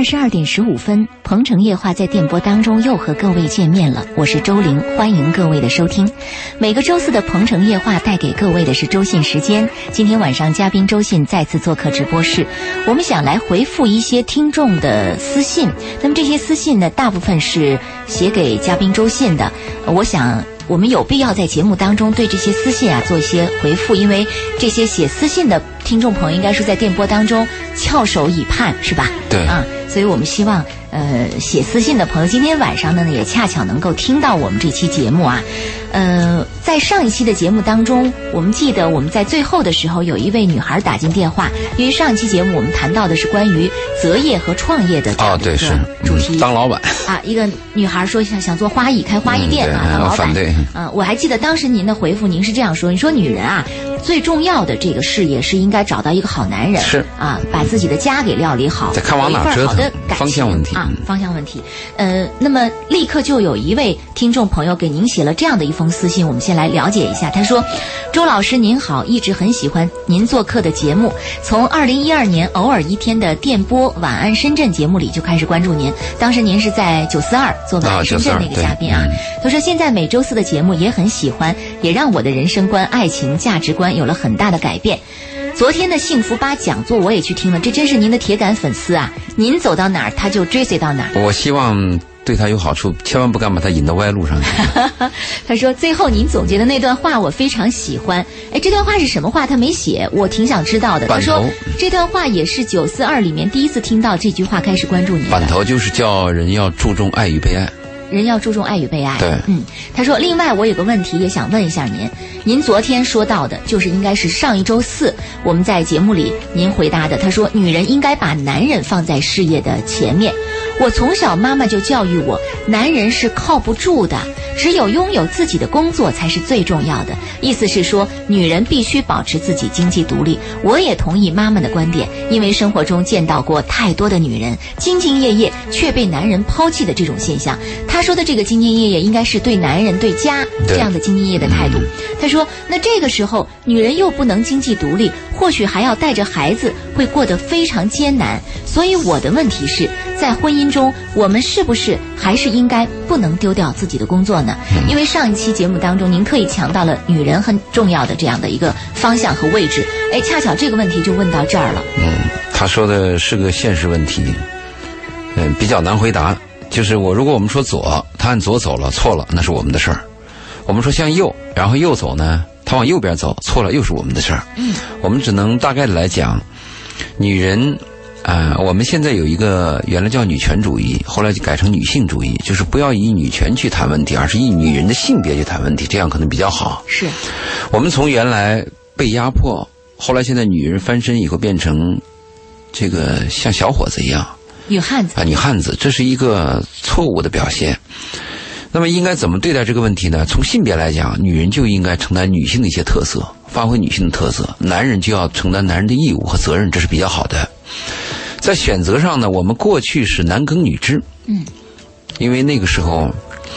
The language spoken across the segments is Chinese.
22:15，鹏城夜话在电波当中又和各位见面了，我是周玲，欢迎各位的收听。每个周四的鹏城夜话带给各位的是周信时间，今天晚上嘉宾周信再次做客直播室，我们想来回复一些听众的私信。那么这些私信呢，大部分是写给嘉宾周信的，我想我们有必要在节目当中对这些私信做一些回复，因为这些写私信的听众朋友应该是在电波当中翘首以盼，是吧？ 对啊， 所以我们希望写私信的朋友今天晚上呢也恰巧能够听到我们这期节目啊。在上一期的节目当中，我们记得我们在最后的时候有一位女孩打进电话，因为上一期节目我们谈到的是关于择业和创业的这样的一个主题， 当老板啊，一个女孩说想做花艺，开花艺店当老板。 反对。 我还记得当时您的回复，您是这样说，你说女人啊最重要的这个事业是应该找到一个好男人， 是啊， 把自己的家给料理好， 再看往哪折腾，方向问题啊，方向问题。那么立刻就有一位听众朋友给您写了这样的一封私信，我们先来了解一下。他说：周老师您好，一直很喜欢您做客的节目，从2012年偶尔一天的电波晚安深圳节目里就开始关注您，当时您是在942做晚安深圳那个嘉宾啊。他说现在每周四的节目也很喜欢，也让我的人生观、爱情价值观有了很大的改变。昨天的幸福吧讲座我也去听了，这真是您的铁杆粉丝啊！您走到哪儿他就追随到哪儿。 我希望对他有好处，千万不敢把他引到歪路上去。 他说最后您总结的那段话我非常喜欢。这段话是什么话他没写，我挺想知道的。他说这段话也是942里面第一次听到这句话开始关注你的。 版头就是叫人要注重爱与被爱， 人要注重爱与被爱。 对， 他说另外我有个问题也想问一下您昨天说到的就是应该是上一周四我们在节目里您回答的，他说女人应该把男人放在事业的前面。我从小妈妈就教育我，男人是靠不住的，只有拥有自己的工作才是最重要的，意思是说女人必须保持自己经济独立。我也同意妈妈的观点，因为生活中见到过太多的女人兢兢业业却被男人抛弃的这种现象。他说的这个兢兢业业应该是对男人对家这样的兢兢业业的态度。他说那这个时候女人又不能经济独立，或许还要带着孩子，会过得非常艰难。所以我的问题是，在婚姻中我们是不是还是应该不能丢掉自己的工作呢？因为上一期节目当中您特意强调了女人很重要的这样的一个方向和位置，恰巧这个问题就问到这儿了。 他说的是个现实问题，比较难回答。就是如果我们说左，他按左走了，错了，那是我们的事儿；我们说向右，然后右走呢，他往右边走，错了，又是我们的事儿。我们只能大概的来讲，女人我们现在有一个原来叫女权主义，后来就改成女性主义，就是不要以女权去谈问题，而是以女人的性别去谈问题，这样可能比较好。 是我们从原来被压迫，后来现在女人翻身以后变成这个像小伙子一样， 女汉子女汉子，这是一个错误的表现。那么应该怎么对待这个问题呢？从性别来讲，女人就应该承担女性的一些特色，发挥女性的特色，男人就要承担男人的义务和责任，这是比较好的。在选择上呢，我们过去是男耕女织，因为那个时候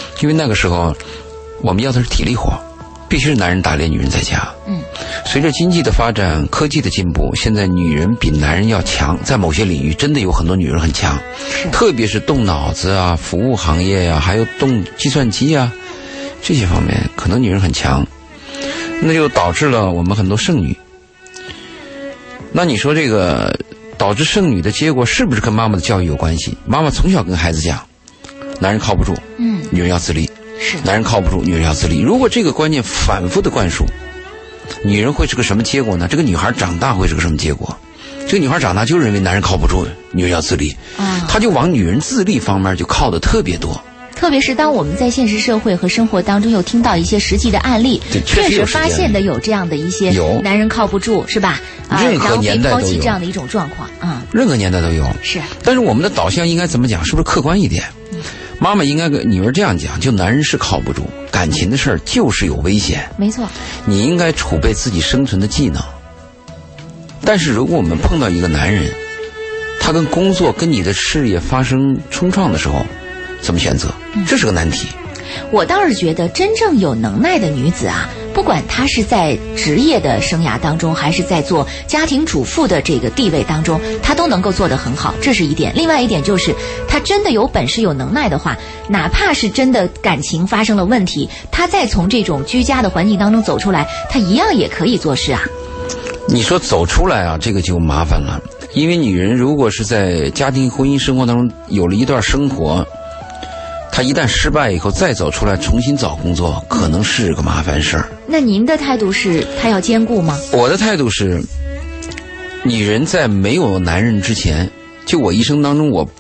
我们要的是体力活，必须是男人打猎，女人在家。随着经济的发展，科技的进步，现在女人比男人要强，在某些领域真的有很多女人很强，特别是动脑子啊、服务行业啊，还有动计算机啊这些方面，可能女人很强，那就导致了我们很多剩女。那你说这个导致剩女的结果是不是跟妈妈的教育有关系？妈妈从小跟孩子讲，男人靠不住，女人要自立，男人靠不住，女人要自立。如果这个观念反复的灌输，女人会是个什么结果呢？这个女孩长大会是个什么结果？这个女孩长大就认为男人靠不住，女人要自立，她就往女人自立方面就靠的特别多。 特别是当我们在现实社会和生活当中又听到一些实际的案例，确实发现的有这样的一些男人靠不住，是吧？ 任何年代都有， 然后被抛弃这样的一种状况任何年代都有。 是， 但是我们的导向应该怎么讲？是不是客观一点？妈妈应该跟女儿这样讲，就男人是靠不住，感情的事儿就是有危险。 没错， 你应该储备自己生存的技能。但是如果我们碰到一个男人，他跟工作跟你的事业发生冲撞的时候，怎么选择？这是个难题。 我倒是觉得真正有能耐的女子啊， 不管他是在职业的生涯当中，还是在做家庭主妇的这个地位当中，他都能够做得很好，这是一点。另外一点就是，他真的有本事有能耐的话，哪怕是真的感情发生了问题，他再从这种居家的环境当中走出来，他一样也可以做事啊。 你说走出来啊，这个就麻烦了，因为女人如果是在家庭婚姻生活当中有了一段生活，她一旦失败以后再走出来重新找工作，可能是个麻烦事儿。 那您的态度是她要兼顾吗？ 我的态度是，女人在没有男人之前，就我一生当中，我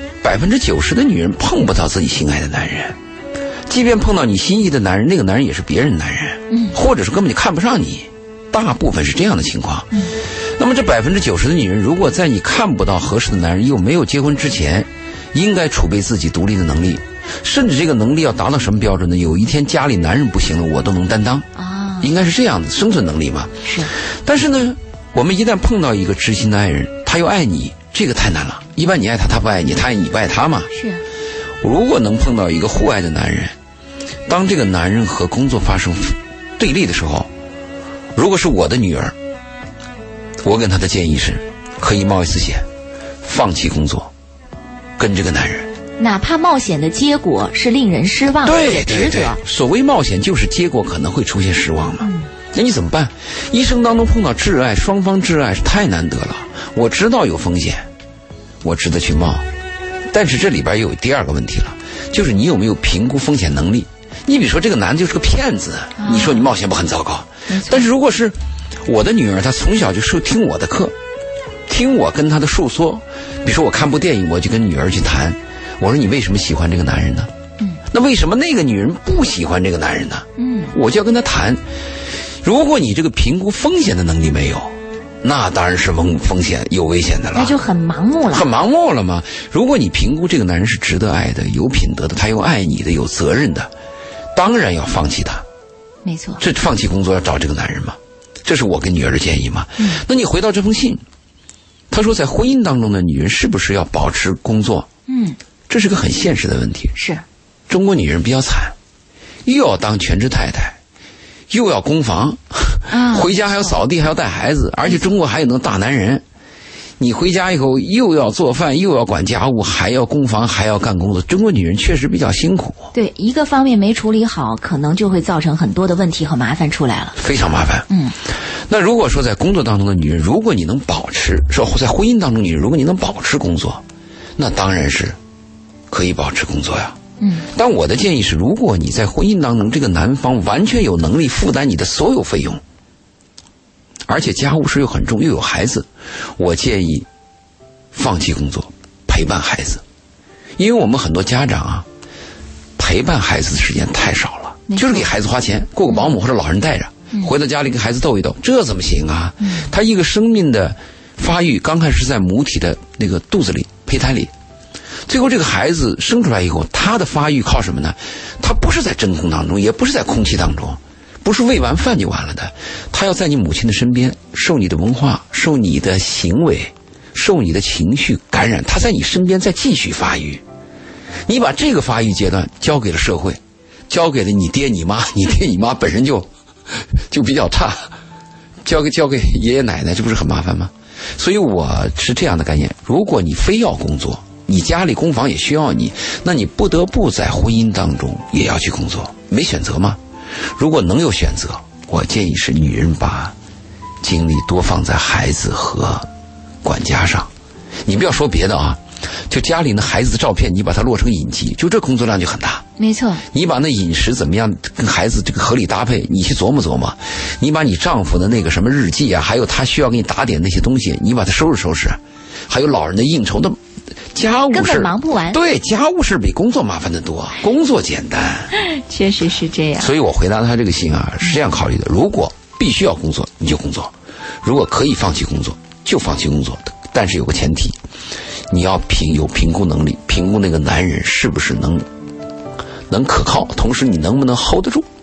90%的女人碰不到自己心爱的男人，即便碰到你心仪的男人，那个男人也是别人男人，或者是根本就看不上你，大部分是这样的情况。那么这90%的女人，如果在你看不到合适的男人又没有结婚之前，应该储备自己独立的能力，甚至这个能力要达到什么标准呢？有一天家里男人不行了，我都能担当啊，应该是这样的生存能力嘛。 是。 但是呢，我们一旦碰到一个知心的爱人，他又爱你，这个太难了。一般你爱他，他不爱你；他爱你，不爱他嘛。 是。 如果能碰到一个互爱的男人，当这个男人和工作发生对立的时候，如果是我的女儿，我跟她的建议是，可以冒一次险，放弃工作，跟这个男人。 哪怕冒险的结果是令人失望， 对， 值得。 所谓冒险就是结果可能会出现失望嘛。那你怎么办？一生当中碰到挚爱，双方挚爱是太难得了。我知道有风险，我值得去冒。但是这里边又有第二个问题了，就是你有没有评估风险能力？你比如说这个男的就是个骗子，你说你冒险不很糟糕？但是如果是我的女儿，她从小就听我的课，听我跟她的述说，比如说我看部电影，我就跟女儿去谈，我说你为什么喜欢这个男人呢？那为什么那个女人不喜欢这个男人呢？我就要跟她谈。如果你这个评估风险的能力没有，那当然是风险有危险的了， 那就很盲目了， 很盲目了嘛。如果你评估这个男人是值得爱的、有品德的，他又爱你的、有责任的，当然要放弃他。 没错， 这放弃工作要找这个男人嘛，这是我跟女儿的建议嘛。那你回到这封信，他说在婚姻当中的女人是不是要保持工作？这是个很现实的问题。 是， 中国女人比较惨，又要当全职太太，又要供房，回家还要扫地，还要带孩子，而且中国还有那个大男人，你回家以后又要做饭，又要管家务，还要供房，还要干工作，中国女人确实比较辛苦。 对，一个方面没处理好，可能就会造成很多的问题和麻烦出来了， 非常麻烦。那如果说在工作当中的女人，如果你能保持，说在婚姻当中女人，如果你能保持工作，那当然是可以保持工作呀。但我的建议是，如果你在婚姻当中，这个男方完全有能力负担你的所有费用，而且家务事又很重，又有孩子，我建议放弃工作，陪伴孩子。因为我们很多家长啊，陪伴孩子的时间太少了，就是给孩子花钱，雇个保姆或者老人带着，回到家里跟孩子逗一逗，这怎么行啊？他一个生命的发育刚开始是在母体的那个肚子里，胚胎里，最后这个孩子生出来以后，他的发育靠什么呢？他不是在真空当中，也不是在空气当中，不是喂完饭就完了的，他要在你母亲的身边，受你的文化，受你的行为，受你的情绪感染，他在你身边再继续发育。你把这个发育阶段交给了社会，交给了你爹你妈，你爹你妈本身就比较差，交给爷爷奶奶，这不是很麻烦吗？所以我是这样的概念，如果你非要工作，你家里供房也需要你，那你不得不在婚姻当中也要去工作，没选择吗？如果能有选择，我建议是女人把精力多放在孩子和管家上。你不要说别的啊，就家里那孩子的照片，你把它落成影集，就这工作量就很大。 没错， 你把那饮食怎么样跟孩子这个合理搭配，你去琢磨琢磨。你把你丈夫的那个什么日记啊，还有他需要给你打点那些东西，你把它收拾收拾。还有老人的应酬的家务事， 根本忙不完。 对，家务事比工作麻烦得多，工作简单。 确实是这样。 所以我回答他这个信啊，是这样考虑的：如果必须要工作，你就工作；如果可以放弃工作，就放弃工作。但是有个前提，你要有评估能力，评估那个男人是不是能可靠，同时你能不能 hold 得住。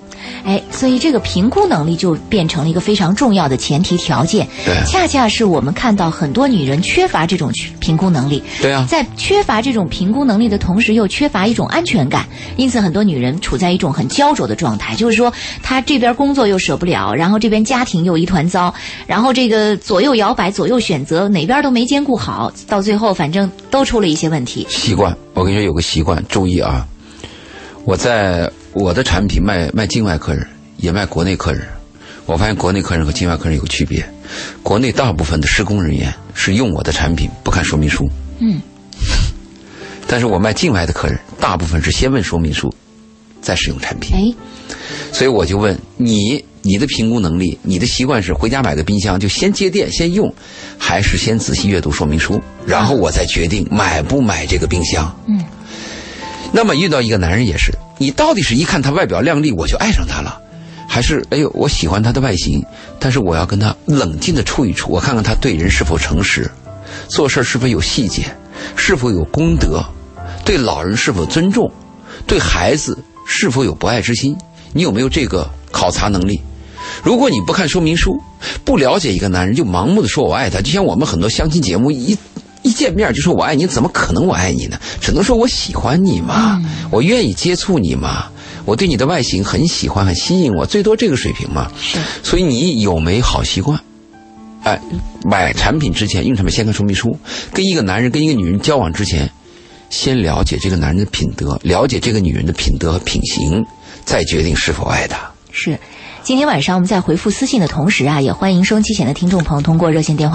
所以这个评估能力就变成了一个非常重要的前提条件。 对， 恰恰是我们看到很多女人缺乏这种评估能力。 对啊， 在缺乏这种评估能力的同时，又缺乏一种安全感，因此很多女人处在一种很焦灼的状态，就是说她这边工作又舍不了，然后这边家庭又一团糟，然后这个左右摇摆，左右选择，哪边都没兼顾好，到最后反正都出了一些问题。 习惯，我跟你说有个习惯，注意啊，我的产品卖境外客人，也卖国内客人。我发现国内客人和境外客人有区别。国内大部分的施工人员是用我的产品不看说明书，但是我卖境外的客人，大部分是先问说明书，再使用产品。所以我就问你的评估能力，你的习惯是回家买个冰箱就先接电先用，还是先仔细阅读说明书，然后我再决定买不买这个冰箱？那么遇到一个男人也是，你到底是一看他外表靓丽我就爱上他了，还是我喜欢他的外形，但是我要跟他冷静的处一处，我看看他对人是否诚实，做事是否有细节，是否有公德，对老人是否尊重，对孩子是否有博爱之心，你有没有这个考察能力？如果你不看说明书，不了解一个男人就盲目的说我爱他，就像我们很多相亲节目一见面就说我爱你，怎么可能我爱你呢？只能说我喜欢你嘛，我愿意接触你嘛，我对你的外形很喜欢很吸引我，最多这个水平嘛。 是， 所以你有没好习惯？买产品之前用产品先看说明书，跟一个男人跟一个女人交往之前，先了解这个男人的品德，了解这个女人的品德和品行，再决定是否爱他。 是。今天晚上我们在回复私信的同时啊，也欢迎收机前的听众朋友通过热线电话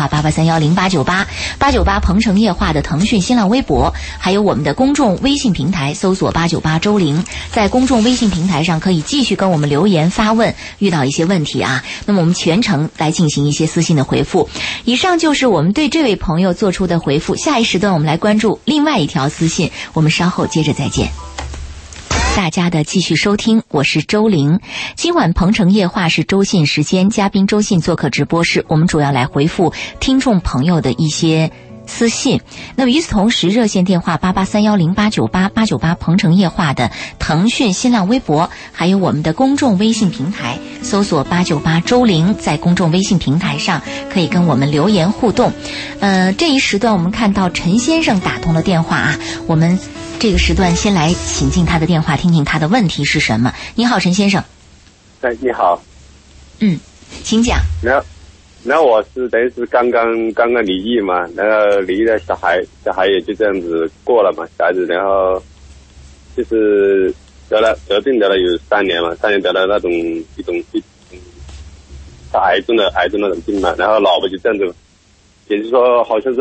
88310898鹏城夜话的腾讯新浪微博，还有我们的公众微信平台搜索898周玲，在公众微信平台上可以继续跟我们留言发问，遇到一些问题啊，那么我们全程来进行一些私信的回复。以上就是我们对这位朋友做出的回复，下一时段我们来关注另外一条私信，我们稍后接着再见。大家的继续收听，我是周玲。今晚鹏城夜话是周信时间，嘉宾周信做客直播室，我们主要来回复听众朋友的一些私信。那么与此同时，热线电话88310898鹏城夜话的腾讯新浪微博，还有我们的公众微信平台，搜索898周玲，在公众微信平台上可以跟我们留言互动。这一时段我们看到陈先生打通了电话啊，我们这个时段先来请进他的电话，听听他的问题是什么。你好，陈先生。 你好。 请讲。 然后我是等于是刚刚离异嘛，然后离的小孩也就这样子过了嘛，小孩子，然后就是得病得了有3年嘛，3年得了那种一种癌症那种病嘛，然后老婆就这样子，也就是说好像是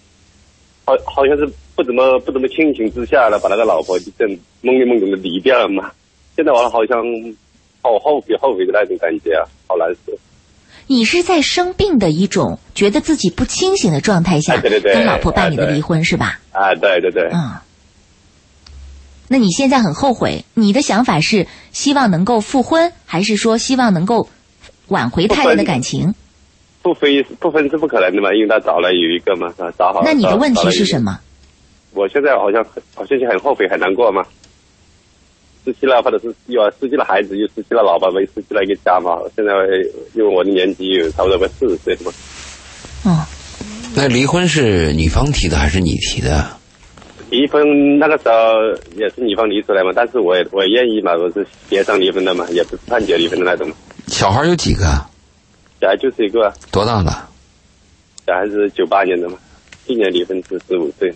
不怎么清醒之下了，把那个老婆就这样懵里懵懂的离掉了嘛。现在我好像好后悔的那种感觉啊，好难受。 你是在生病的一种觉得自己不清醒的状态下， 对跟老婆办理的离婚是吧？ 对。 那你现在很后悔，你的想法是希望能够复婚，还是说希望能够挽回太太的感情？ 不分是不可能的嘛，因为他找了有一个嘛，找好了。 那你的问题是什么？ 我现在好像很后悔很难过嘛，失去了或者是失去了孩子，又失去了老婆，又失去了一个家嘛。现在因为我的年纪有差不多快40岁了嘛。 那离婚是女方提的还是你提的？ 离婚那个时候也是女方离出来嘛，但是我也愿意嘛，我是协商离婚的嘛，也不是判决离婚的那种。 小孩有几个？ 小孩就是一个。 多大的？ 小孩是98年的嘛，今年离婚是15岁。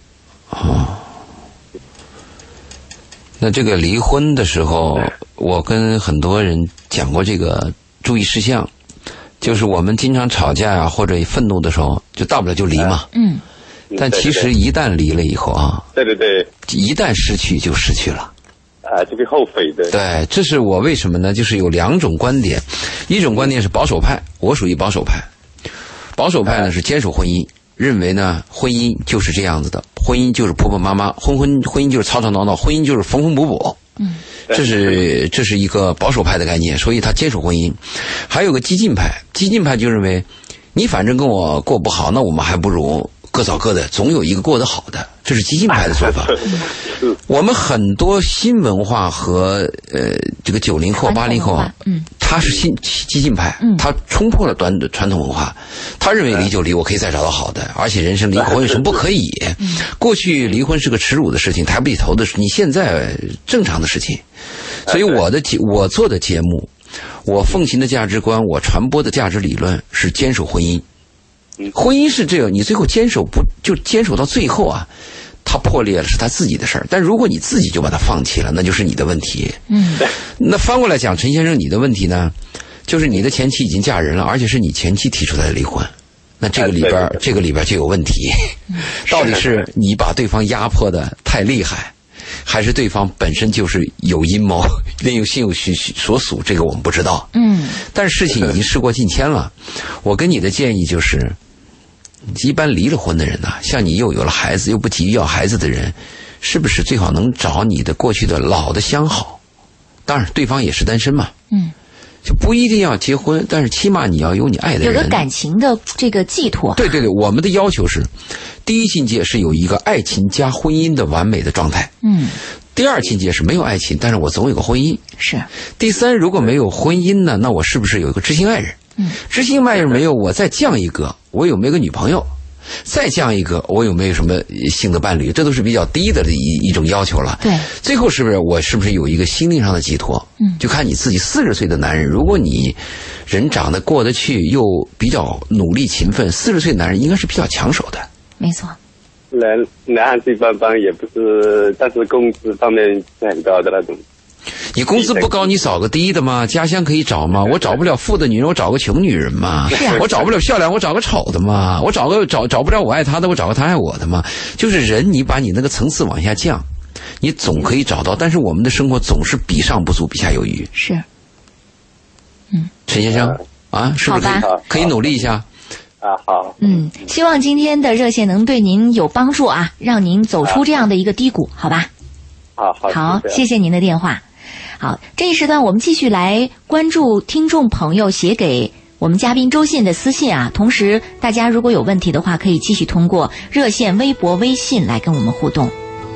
那这个离婚的时候，我跟很多人讲过这个注意事项，就是我们经常吵架啊或者愤怒的时候，就大不了就离嘛。但其实一旦离了以后啊， 对， 一旦失去就失去了。 就会后悔的。 对，这是我为什么呢？就是有2种观点，一种观点是保守派，我属于保守派。保守派呢是坚守婚姻，认为呢婚姻就是这样子的，婚姻就是婆婆妈妈，婚姻就是吵吵闹闹，婚姻就是缝缝补补。这是一个保守派的概念，所以他坚守婚姻。还有个激进派就认为，你反正跟我过不好，那我们还不如各找各的，总有一个过得好的，这是激进派的做法。我们很多新文化和这个90后、80后，他是激进派，他冲破了传统文化，他认为离就离，我可以再找到好的，而且人生离婚有什么不可以？过去离婚是个耻辱的事情，抬不起头的事，你现在正常的事情。所以我做的节目，我奉行的价值观，我传播的价值理论是坚守婚姻。婚姻是这个，你最后坚守到最后啊，他破裂了是他自己的事儿。但如果你自己就把它放弃了，那就是你的问题。那翻过来讲，陈先生，你的问题呢，就是你的前妻已经嫁人了，而且是你前妻提出来的离婚。那这个里边就有问题，到底是你把对方压迫的太厉害，还是对方本身就是有阴谋，另有心有所属？这个我们不知道。但是事情已经事过境迁了。我跟你的建议就是，一般离了婚的人呢，像你又有了孩子又不急于要孩子的人，是不是最好能找你的过去的老的相好？当然，对方也是单身嘛。就不一定要结婚，但是起码你要有你爱的人， 有个感情的这个寄托。 对对对，我们的要求是，第一境界是有一个爱情加婚姻的完美的状态。第二境界是没有爱情，但是我总有个婚姻。 是。 第三，如果没有婚姻呢，那我是不是有一个知心爱人？知心爱人没有，我再降一个，我有没有个女朋友？再降一个，我有没有什么性的伴侣？这都是比较低的一种要求了。 对， 最后是不是有一个心灵上的寄托？就看你自己。40岁的男人，如果你人长得过得去，又比较努力勤奋，40岁的男人应该是比较抢手的。 没错。 男孩子一般般，也不是，但是工资方面是很高的那种。 你工资不高，你找个低的嘛，家乡可以找嘛。我找不了富的女人，我找个穷女人嘛。我找不了漂亮，我找个丑的嘛。我找不了我爱他的，我找个他爱我的嘛。就是人，你把你那个层次往下降，你总可以找到。但是我们的生活总是比上不足，比下有余。 是。 陈先生啊，是不是可以努力一下？ 好。 希望今天的热线能对您有帮助啊，让您走出这样的一个低谷，好吧？好，谢谢您的电话。好，这一时段我们继续来关注听众朋友写给我们嘉宾周信的私信啊。同时，大家如果有问题的话，可以继续通过热线、微博、微信来跟我们互动。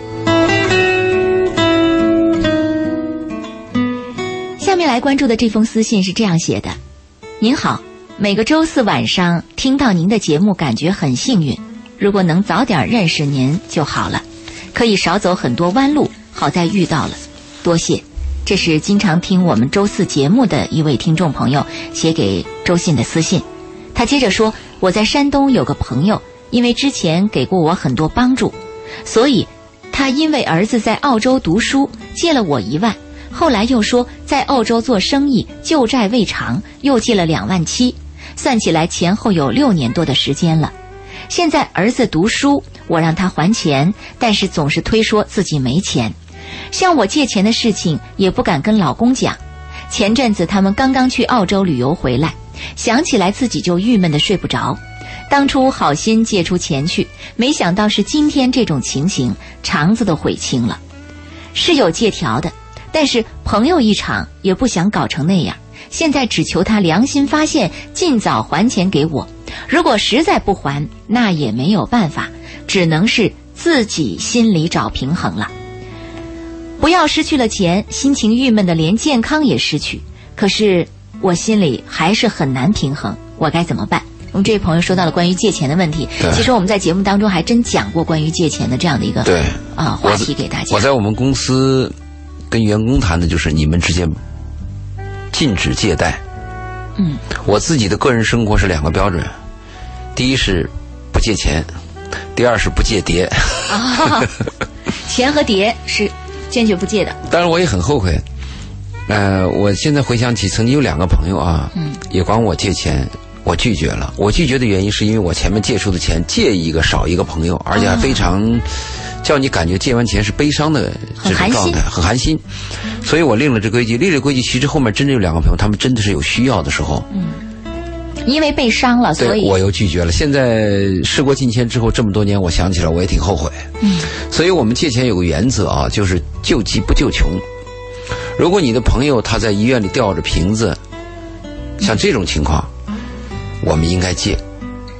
下面来关注的这封私信是这样写的：您好，每个周四晚上听到您的节目，感觉很幸运。如果能早点认识您就好了，可以少走很多弯路。好在遇到了，多谢。这是经常听我们周四节目的一位听众朋友写给周信的私信。他接着说，我在山东有个朋友，因为之前给过我很多帮助，所以他因为儿子在澳洲读书借了我1万，后来又说在澳洲做生意旧债未偿，又借了2万7，算起来前后有6年多的时间了。现在儿子读书，我让他还钱，但是总是推说自己没钱。向我借钱的事情也不敢跟老公讲。前阵子他们刚刚去澳洲旅游回来，想起来自己就郁闷得睡不着。当初好心借出钱去，没想到是今天这种情形，肠子都悔青了。是有借条的，但是朋友一场也不想搞成那样，现在只求他良心发现，尽早还钱给我。如果实在不还，那也没有办法，只能是自己心里找平衡了。不要失去了钱，心情郁闷的连健康也失去，可是我心里还是很难平衡，我该怎么办？我们这位朋友说到了关于借钱的问题，其实我们在节目当中还真讲过关于借钱的这样的一个话题给大家。 我在我们公司跟员工谈的就是你们之间禁止借贷。我自己的个人生活是2个标准，第一是不借钱，第二是不借碟。 钱和碟是坚决不借的。 当然我也很后悔，我现在回想起曾经有2个朋友啊，也管我借钱，我拒绝了。我拒绝的原因是因为我前面借出的钱借一个少一个朋友，而且还非常叫你感觉借完钱是悲伤的这种状态，很寒心。所以我立了这规矩。立了规矩，其实后面真的有2个朋友，他们真的是有需要的时候， 因为被伤了，所以我又拒绝了。现在事过境迁之后这么多年，我想起来我也挺后悔。所以我们借钱有个原则啊，就是救急不救穷。如果你的朋友他在医院里吊着瓶子，像这种情况，我们应该借。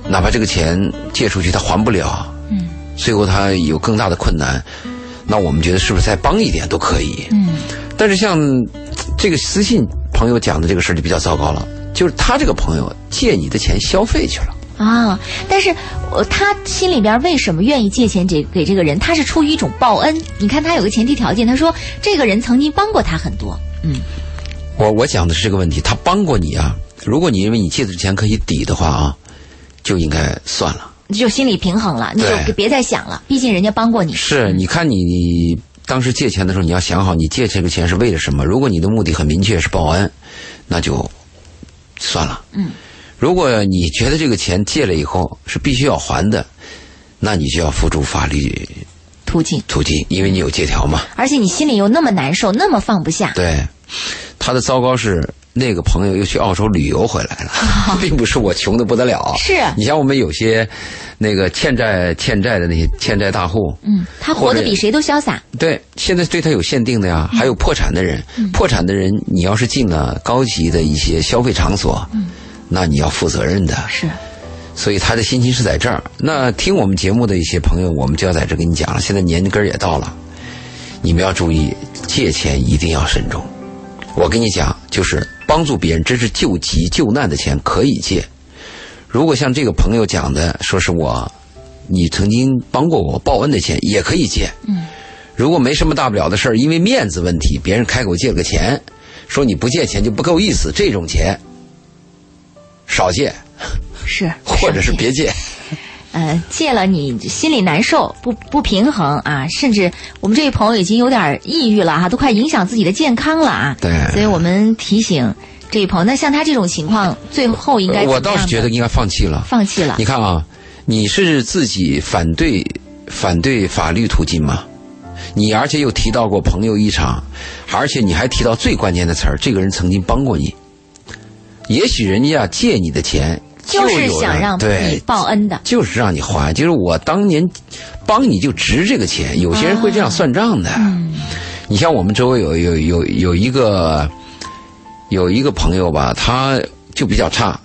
哪怕这个钱借出去他还不了，最后他有更大的困难，那我们觉得是不是再帮一点都可以？但是像这个私信朋友讲的这个事就比较糟糕了，就是他这个朋友借你的钱消费去了。 但是他心里边为什么愿意借钱给这个人？他是出于一种报恩。你看他有个前提条件，他说这个人曾经帮过他很多。 我讲的是这个问题，他帮过你啊，如果你认为你借的钱可以抵的话啊，就应该算了， 就心理平衡了，你就别再想了，毕竟人家帮过你。 是，你看你当时借钱的时候，你要想好你借这个钱是为了什么。如果你的目的很明确是报恩，那就算了。如果你觉得这个钱借了以后是必须要还的，那你就要付诸法律途径，因为你有借条嘛。 而且你心里又那么难受，那么放不下。 对，他的糟糕是那个朋友又去澳洲旅游回来了，并不是我穷得不得了。 是， 你像我们有些那个欠债的那些欠债大户， 他活得比谁都潇洒。 对，现在对他有限定的呀，还有破产的人，破产的人你要是进了高级的一些消费场所，那你要负责任的。 是， 所以他的心情是在这儿。那听我们节目的一些朋友，我们就要在这跟你讲了，现在年根儿也到了，你们要注意，借钱一定要慎重。我跟你讲，就是帮助别人，真是救急救难的钱可以借。如果像这个朋友讲的，说是你曾经帮过我报恩的钱，也可以借。如果没什么大不了的事儿，因为面子问题，别人开口借了个钱，说你不借钱就不够意思，这种钱少借， 是， 或者是别借。 借了你心里难受，不平衡啊，甚至我们这位朋友已经有点抑郁了都快影响自己的健康了啊。 对， 所以我们提醒这位朋友，那像他这种情况，最后应该我倒是觉得应该放弃了。你看啊，你是自己反对法律途径吗？你而且又提到过朋友一场，而且你还提到最关键的词儿，这个人曾经帮过你，也许人家借你的钱就是想让你报恩的， 就是让你还，就是我当年帮你就值这个钱。有些人会这样算账的。你像我们周围有一个朋友吧，他就比较差，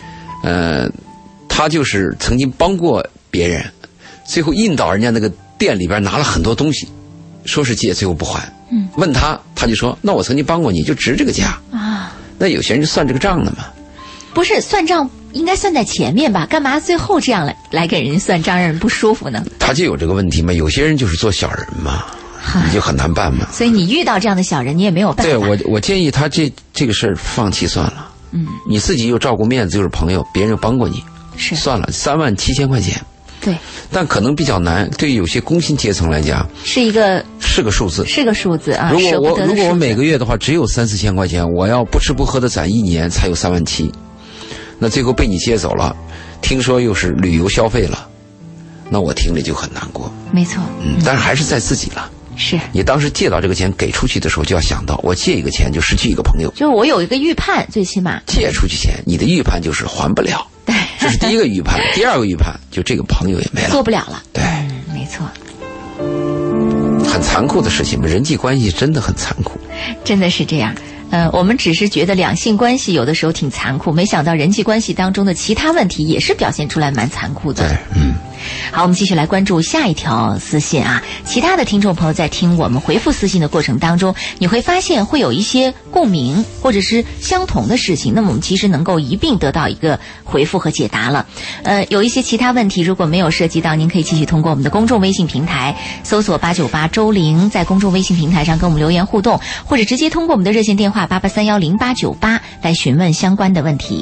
他就是曾经帮过别人，最后印到人家那个店里边拿了很多东西，说是借，最后不还。问他就说，那我曾经帮过你，就值这个价啊。那有些人就算这个账的嘛。 不是算账应该算在前面吧？干嘛最后这样来给人家算账，让人不舒服呢？ 他就有这个问题嘛。有些人就是做小人嘛，你就很难办嘛。 所以你遇到这样的小人，你也没有办法。 对，我建议他这个事儿放弃算了。你自己又照顾面子，又是朋友，别人又帮过你， 是算了，37000块钱。 对， 但可能比较难，对于有些工薪阶层来讲，是个数字啊。如果我每个月的话只有3-4千块钱，我要不吃不喝的攒1年才有37000。那最后被你接走了，听说又是旅游消费了，那我听着就很难过。 没错， 但是还是在自己了。 是你当时借到这个钱给出去的时候，就要想到我借一个钱就失去一个朋友， 就是我有一个预判，最起码借出去钱，你的预判就是还不了。 对， 这是第一个预判。第二个预判就这个朋友也没了， 做不了了。 对， 没错。 很残酷的事情，人际关系真的很残酷， 真的是这样。我们只是觉得两性关系有的时候挺残酷，没想到人际关系当中的其他问题也是表现出来蛮残酷的。 对， 好，我们继续来关注下一条私信啊。其他的听众朋友在听我们回复私信的过程当中，你会发现会有一些共鸣或者是相同的事情，那么我们其实能够一并得到一个回复和解答了。有一些其他问题如果没有涉及到，您可以继续通过我们的公众微信平台搜索898周玲，在公众微信平台上跟我们留言互动，或者直接通过我们的热线电话88310898来询问相关的问题。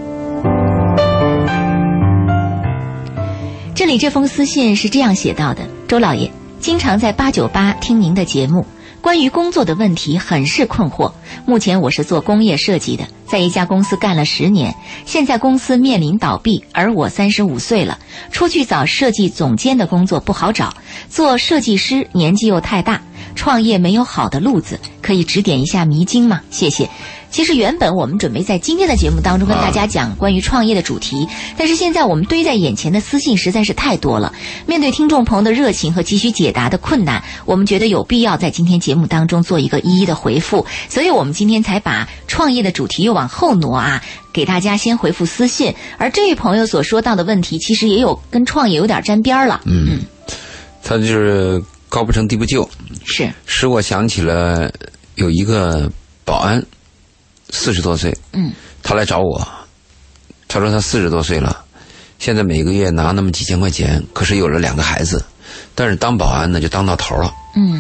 这里这封私信是这样写到的：周老爷，经常在898听您的节目，关于工作的问题很是困惑。目前我是做工业设计的，在一家公司干了10年，现在公司面临倒闭，而我35岁了，出去找设计总监的工作不好找，做设计师年纪又太大， 创业没有好的路子，可以指点一下迷津吗？谢谢。其实原本我们准备在今天的节目当中跟大家讲关于创业的主题，但是现在我们堆在眼前的私信实在是太多了，面对听众朋友的热情和急需解答的困难，我们觉得有必要在今天节目当中做一个一一的回复，所以我们今天才把创业的主题又往后挪啊，给大家先回复私信。而这位朋友所说到的问题其实也有跟创业有点沾边了。 他就是高不成低不就，使我想起了有一个保安40多岁，他来找我，他说他40多岁了，现在每个月拿那么几千块钱，可是有了2个孩子，但是当保安呢就当到头了。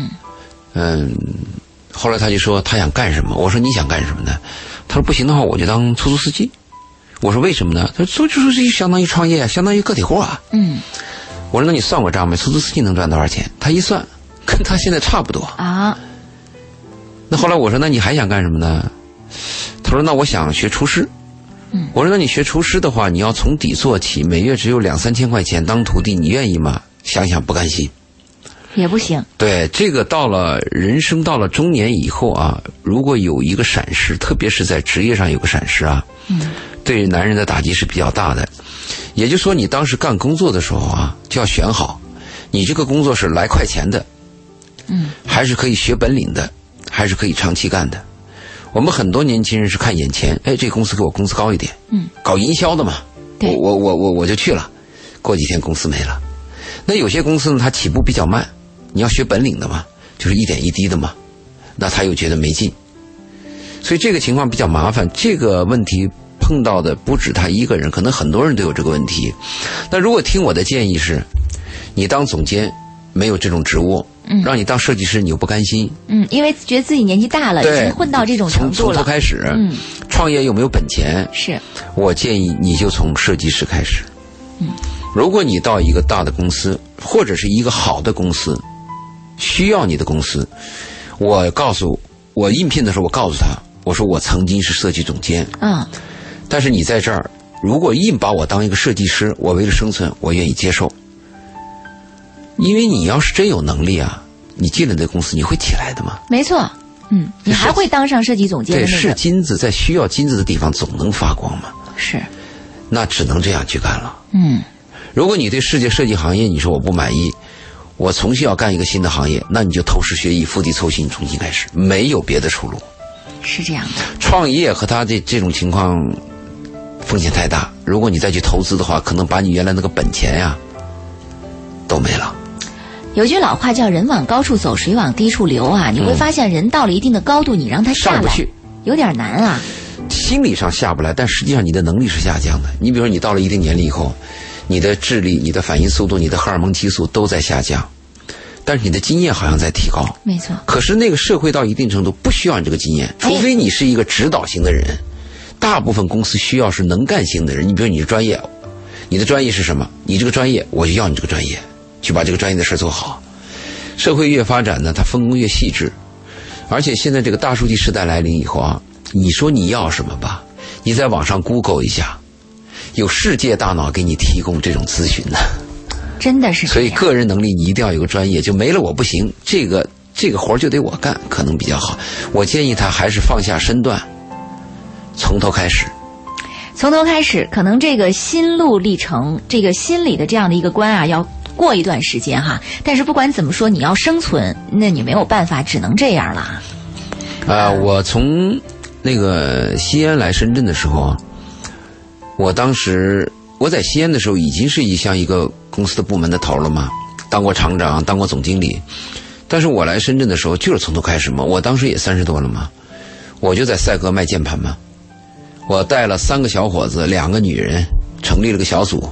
后来他就说他想干什么，我说你想干什么呢？他说不行的话我就当出租司机。我说为什么呢？他说出租司机相当于创业，相当于个体户啊。我说那你算过账没？出租司机能赚多少钱？他一算跟他现在差不多啊。那后来我说那你还想干什么呢？他说那我想学厨师。我说那你学厨师的话，你要从底做起，每月只有2-3千块钱当徒弟，你愿意吗？想想不甘心， 也不行。对， 这个到了人生到了中年以后啊，如果有一个闪失，特别是在职业上有个闪失啊，对男人的打击是比较大的。也就是说你当时干工作的时候啊，就要选好你这个工作是来快钱的，还是可以学本领的，还是可以长期干的。我们很多年轻人是看眼前，这个公司给我工资高一点，搞营销的嘛，我就去了，过几天公司没了。那有些公司呢，它起步比较慢，你要学本领的嘛，就是一点一滴的嘛，那他又觉得没劲，所以这个情况比较麻烦。这个问题碰到的不止他一个人，可能很多人都有这个问题。那如果听我的建议是，你当总监没有这种职务，让你当设计师你又不甘心， 因为觉得自己年纪大了，已经混到这种程度了，从头开始，创业又没有本钱，我建议你就从设计师开始。如果你到一个大的公司或者是一个好的公司，需要你的公司，我应聘的时候我告诉他，我说我曾经是设计总监，但是你在这儿如果硬把我当一个设计师，我为了生存我愿意接受。因为你要是真有能力啊，你进了这公司你会起来的嘛。没错，你还会当上设计总监的那个。对，是金子在需要金子的地方总能发光嘛。是，那只能这样去干了。如果你对世界设计行业你说我不满意，我重新要干一个新的行业，那你就投石学艺，釜底抽薪，重新开始，没有别的出路。是这样的，创业和他的这种情况风险太大，如果你再去投资的话，可能把你原来那个本钱呀都没了。有句老话叫人往高处走，水往低处流啊，你会发现人到了一定的高度，你让他下来上不去有点难啊。心理上下不来，但实际上你的能力是下降的。你比如说你到了一定年龄以后，你的智力、你的反应速度、你的荷尔蒙激素都在下降，但是你的经验好像在提高。没错。可是那个社会到一定程度不需要你这个经验，除非你是一个指导型的人，大部分公司需要是能干型的人。你比如你的专业，你的专业是什么？你这个专业我就要你这个专业，去把这个专业的事做好。社会越发展呢，它分工越细致，而且现在这个大数据时代来临以后啊，你说你要什么吧，你在网上 Google 一下，有世界大脑给你提供这种咨询的，真的是。所以个人能力你一定要有个专业，就没了我不行，这个活就得我干，可能比较好。我建议他还是放下身段，从头开始。从头开始，可能这个心路历程，这个心理的这样的一个关啊，要过一段时间哈。但是不管怎么说，你要生存，那你没有办法，只能这样了。我从那个西安来深圳的时候，我当时我在西安的时候已经是像一个公司的部门的头了嘛，当过厂长，当过总经理。但是我来深圳的时候就是从头开始嘛，我当时也30多了嘛，我就在赛格卖键盘嘛。我带了3个小伙子，2个女人，成立了个小组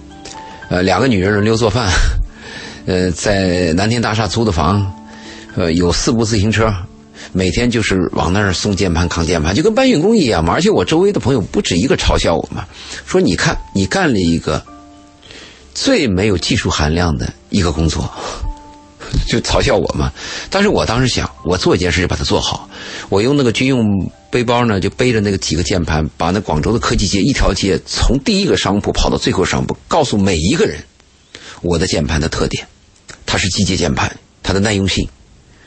，2个女人轮流做饭，在南天大厦租的房，有4部自行车，每天就是往那儿送键盘扛键盘，就跟搬运工一样嘛。而且我周围的朋友不止一个嘲笑我嘛，说你看你干了一个最没有技术含量的一个工作，就嘲笑我嘛。但是我当时想，我做一件事就把它做好。我用那个军用背包呢，就背着那个几个键盘，把那广州的科技街一条街从第一个商铺跑到最后商铺，告诉每一个人我的键盘的特点，它是机械键盘，它的耐用性，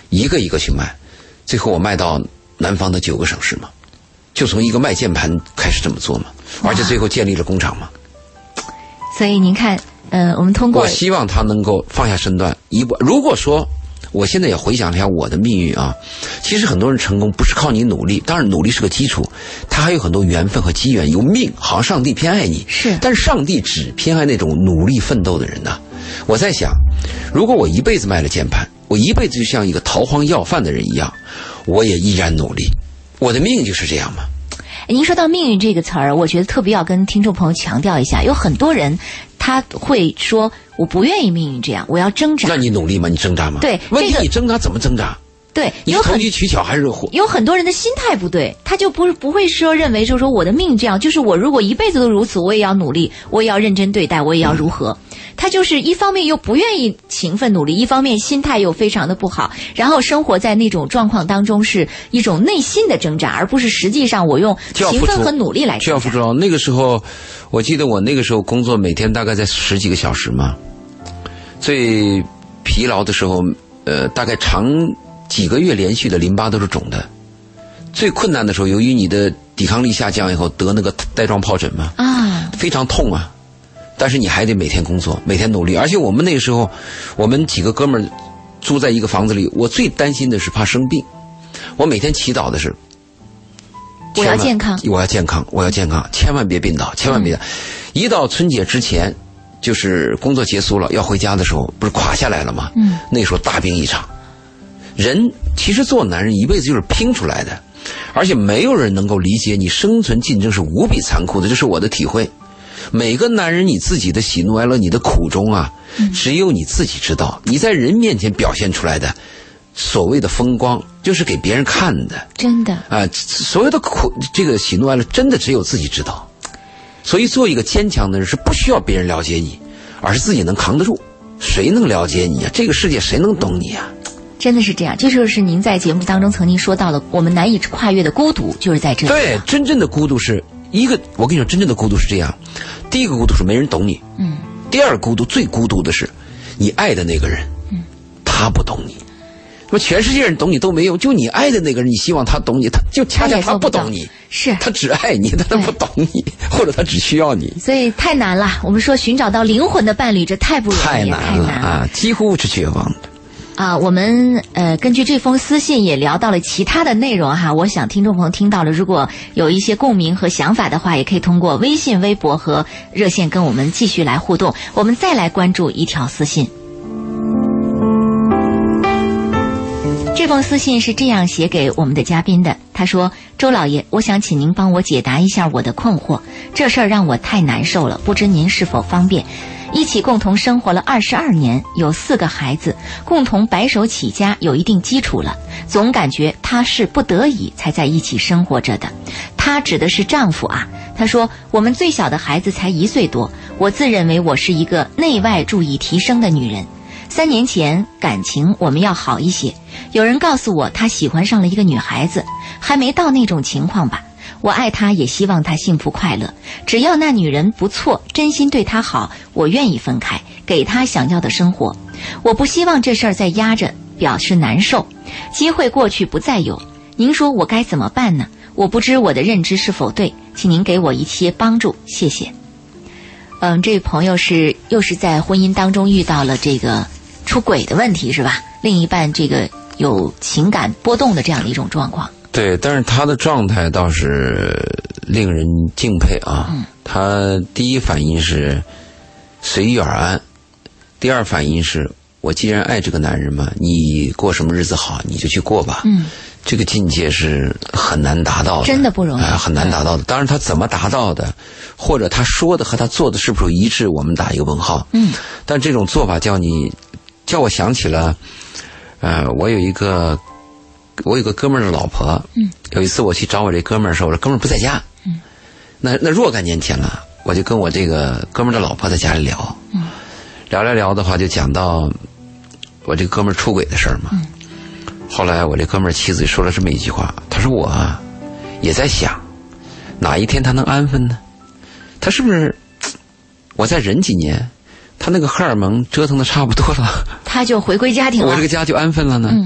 一个一个去卖，最后我卖到南方的9个省市嘛，就从一个卖键盘开始这么做嘛，而且最后建立了工厂嘛。 所以您看，我们通过， 我希望他能够放下身段，如果说我现在也回想一下我的命运啊，其实很多人成功不是靠你努力，当然努力是个基础，他还有很多缘分和机缘，有命，好像上帝偏爱你， 是， 但是上帝只偏爱那种努力奋斗的人呐。我在想，如果我一辈子卖了键盘，我一辈子就像一个逃荒要饭的人一样，我也依然努力，我的命就是这样嘛。 您说到命运这个词儿，我觉得特别要跟听众朋友强调一下，有很多人他会说我不愿意命运这样，我要挣扎。 那你努力吗？你挣扎吗？ 对， 问题你挣扎怎么挣扎？ 对， 你投机取巧还是有很多人的心态不对，他就不会认为就是说我的命这样，就是我如果一辈子都如此，我也要努力，我也要认真对待，我也要如何。他就是一方面又不愿意勤奋努力，一方面心态又非常的不好，然后生活在那种状况当中是一种内心的挣扎，而不是实际上我用勤奋和努力来挣扎。 就要付出。那个时候，我记得我那个时候工作每天大概在10几个小时嘛，最疲劳的时候，大概长几个月连续的淋巴都是肿的。最困难的时候，由于你的抵抗力下降以后得那个带状疱疹嘛，非常痛啊。但是你还得每天工作，每天努力。而且我们那个时候，我们几个哥们儿住在一个房子里，我最担心的是怕生病。我每天祈祷的是， 我要健康， 我要健康，我要健康，千万别病倒，千万别。一到春节之前，就是工作结束了要回家的时候，不是垮下来了吗？那时候大病一场。人其实做男人一辈子就是拼出来的，而且没有人能够理解你生存竞争是无比残酷的，这是我的体会。每个男人你自己的喜怒哀乐，你的苦衷啊，只有你自己知道。你在人面前表现出来的所谓的风光，就是给别人看的， 真的啊，所有的苦，这个喜怒哀乐，真的只有自己知道。所以做一个坚强的人是不需要别人了解你，而是自己能扛得住。谁能了解你啊？这个世界谁能懂你啊？ 真的是这样，这就是您在节目当中曾经说到的，我们难以跨越的孤独，就是在这里。 对，真正的孤独是一个，我跟你说，真正的孤独是这样：第一个孤独是没人懂你，第二个孤独最孤独的是你爱的那个人，他不懂你。那么全世界人懂你都没用，就你爱的那个人，你希望他懂你，他就恰恰他不懂你， 是他只爱你，但他不懂你，或者他只需要你， 所以太难了。我们说寻找到灵魂的伴侣，这太不容易， 太难了啊，几乎是绝望的。 我们根据这封私信也聊到了其他的内容哈，我想听众朋友听到了，如果有一些共鸣和想法的话，也可以通过微信、微博和热线跟我们继续来互动。我们再来关注一条私信。这封私信是这样写给我们的嘉宾的，他说：周老爷，我想请您帮我解答一下我的困惑，这事儿让我太难受了，不知您是否方便。一起共同生活了22年，有4个孩子，共同白手起家，有一定基础了，总感觉他是不得已才在一起生活着的。他指的是丈夫啊。他说，我们最小的孩子才1岁多，我自认为我是一个内外注意提升的女人。3年前感情我们要好一些，有人告诉我他喜欢上了一个女孩子，还没到那种情况吧。我爱她，也希望她幸福快乐，只要那女人不错，真心对她好，我愿意分开，给她想要的生活。我不希望这事儿再压着，表示难受。机会过去不再有，您说我该怎么办呢？我不知我的认知是否对，请您给我一些帮助，谢谢。这位朋友又是在婚姻当中遇到了这个出轨的问题是吧？另一半这个有情感波动的这样的一种状况。 对，但是他的状态倒是令人敬佩啊。他第一反应是随遇而安，第二反应是我既然爱这个男人嘛，你过什么日子好你就去过吧。这个境界是很难达到的， 真的不容易， 很难达到的。当然他怎么达到的，或者他说的和他做的是不是一致，我们打一个问号。但这种做法叫我想起了我有一个哥们儿的老婆，有一次我去找我这哥们儿的时候，我这哥们儿不在家，那若干年前了，我就跟我这个哥们儿的老婆在家里聊，聊的话就讲到我这个哥们儿出轨的事儿嘛。后来我这哥们儿妻子说了这么一句话，他说我也在想，哪一天他能安分呢？他是不是我再忍几年，他那个荷尔蒙折腾的差不多了， 他就回归家庭了， 我这个家就安分了呢？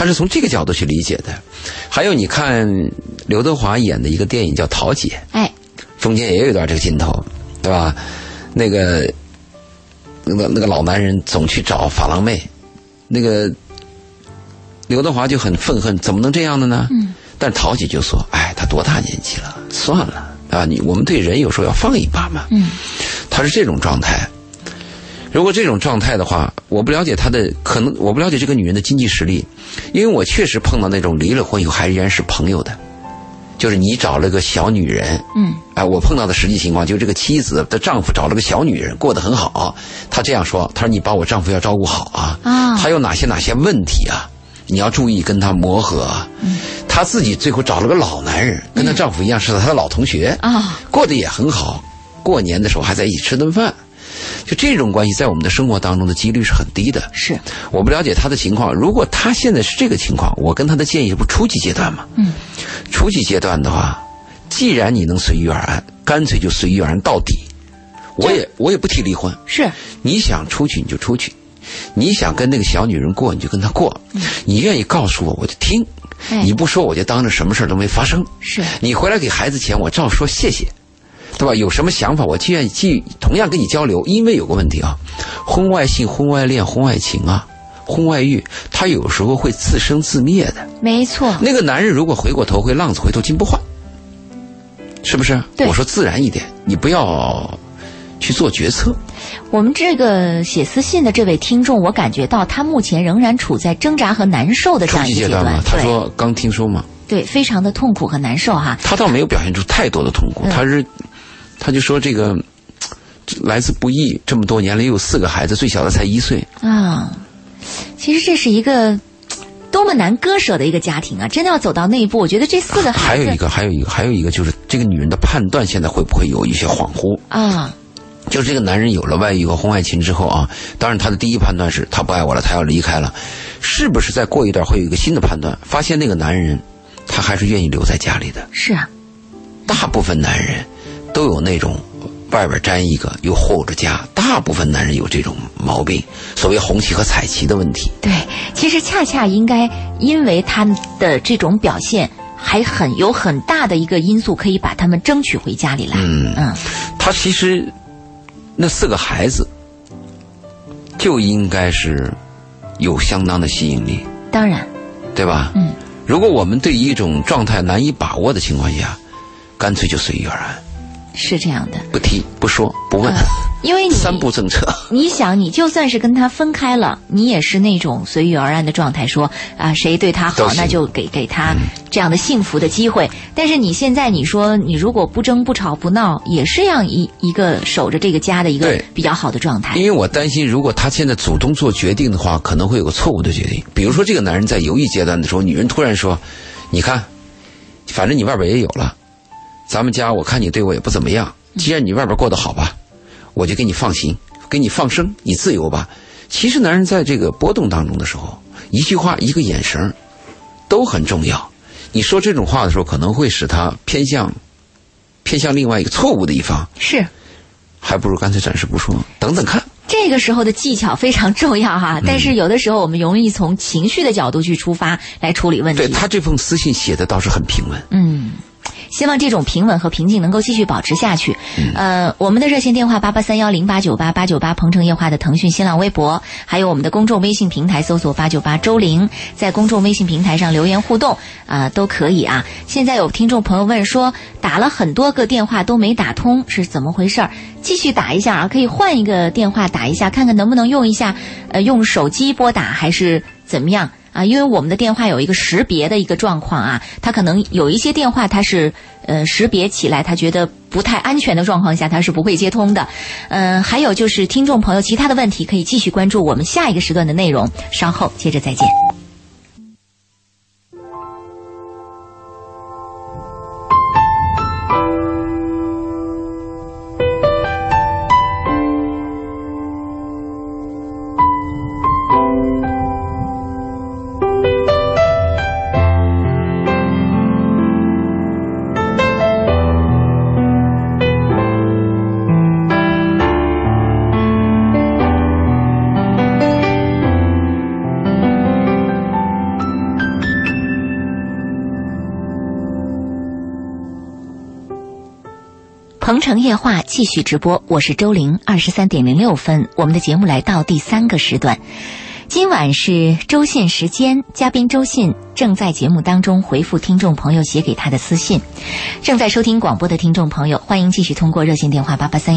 他是从这个角度去理解的。还有你看刘德华演的一个电影叫《桃姐》，中间也有一段这个镜头，对吧？那个老男人总去找发廊妹，那个刘德华就很愤恨，怎么能这样的呢？但桃姐就说：“哎，他多大年纪了，算了啊，我们对人有时候要放一把嘛。”他是这种状态。如果这种状态的话，我不了解他的可能，我不了解这个女人的经济实力，因为我确实碰到那种离了婚以后还依然是朋友的，就是你找了个小女人，我碰到的实际情况就是这个妻子的丈夫找了个小女人，过得很好。他这样说，他说你把我丈夫要照顾好啊，他有哪些问题啊，你要注意跟他磨合啊。他自己最后找了个老男人，跟她丈夫一样是他的老同学过得也很好，过年的时候还在一起吃顿饭。就这种关系在我们的生活当中的几率是很低的。是，我不了解他的情况，如果他现在是这个情况，我跟他的建议不初级阶段吗？初级阶段的话，既然你能随遇而安，干脆就随遇而安到底。我也不提离婚。是，你想出去你就出去，你想跟那个小女人过你就跟她过，你愿意告诉我我就听，你不说我就当着什么事都没发生。是，你回来给孩子钱我照说谢谢，对吧？有什么想法我愿意同样跟你交流。因为有个问题啊，婚外性、婚外恋、婚外情啊，婚外欲，它有时候会自生自灭的。没错，那个男人如果回过头会浪子回头金不换，是不是？我说自然一点，你不要去做决策。我们这个写私信的这位听众，我感觉到他目前仍然处在挣扎和难受的这样一个阶段。他说刚听说嘛，对，非常的痛苦和难受哈。他倒没有表现出太多的痛苦，他就说这个来自不易，这么多年了又有4个孩子，最小的才1岁啊。其实这是一个多么难割舍的一个家庭啊！真的要走到那一步，我觉得这4个孩子还有一个就是这个女人的判断现在会不会有一些恍惚啊？就是这个男人有了外遇和婚外情之后啊，当然他的第一判断是他不爱我了，他要离开了，是不是再过一段会有一个新的判断，发现那个男人他还是愿意留在家里的？是啊，大部分男人都有那种外边沾一个又护着家，大部分男人有这种毛病，所谓红旗和彩旗的问题。对，其实恰恰应该因为他的这种表现还有很大的一个因素可以把他们争取回家里来。他其实那4个孩子就应该是有相当的吸引力，当然对吧？如果我们对一种状态难以把握的情况下，干脆就随遇而安，是这样的，不提不说不问，因为你3步政策。你想，你就算是跟他分开了，你也是那种随遇而安的状态，说啊谁对他好那就给他这样的幸福的机会。但是你现在你说你如果不争不吵不闹，也是这样一个守着这个家的一个比较好的状态。因为我担心，如果他现在主动做决定的话，可能会有个错误的决定。比如说这个男人在犹豫阶段的时候，女人突然说：“你看，反正你外边也有了。”咱们家我看你对我也不怎么样，既然你外边过得好吧，我就给你放行，给你放生，你自由吧。其实男人在这个波动当中的时候，一句话一个眼神都很重要。你说这种话的时候，可能会使他偏向另外一个错误的一方，是，还不如干脆暂时不说，等等看。这个时候的技巧非常重要哈，但是有的时候我们容易从情绪的角度去出发来处理问题。对，他这封私信写的倒是很平稳。希望这种平稳和平静能够继续保持下去。我们的热线电话883108988898，鹏城夜话的腾讯新浪微博，还有我们的公众微信平台搜索898周玲，在公众微信平台上留言互动都可以啊。现在有听众朋友问说，打了很多个电话都没打通，是怎么回事？继续打一下啊，可以换一个电话打一下，看看能不能用一下用手机拨打还是怎么样。因为我们的电话有一个识别的一个状况啊，它可能有一些电话它是识别起来他觉得不太安全的状况下它是不会接通的。还有就是听众朋友其他的问题可以继续关注我们下一个时段的内容，稍后接着再见。 鹏城夜话继续直播，我是周玲，23:06，我们的节目来到第3个时段。今晚是周信时间，嘉宾周信正在节目当中回复听众朋友写给他的私信。正在收听广播的听众朋友，欢迎继续通过热线电话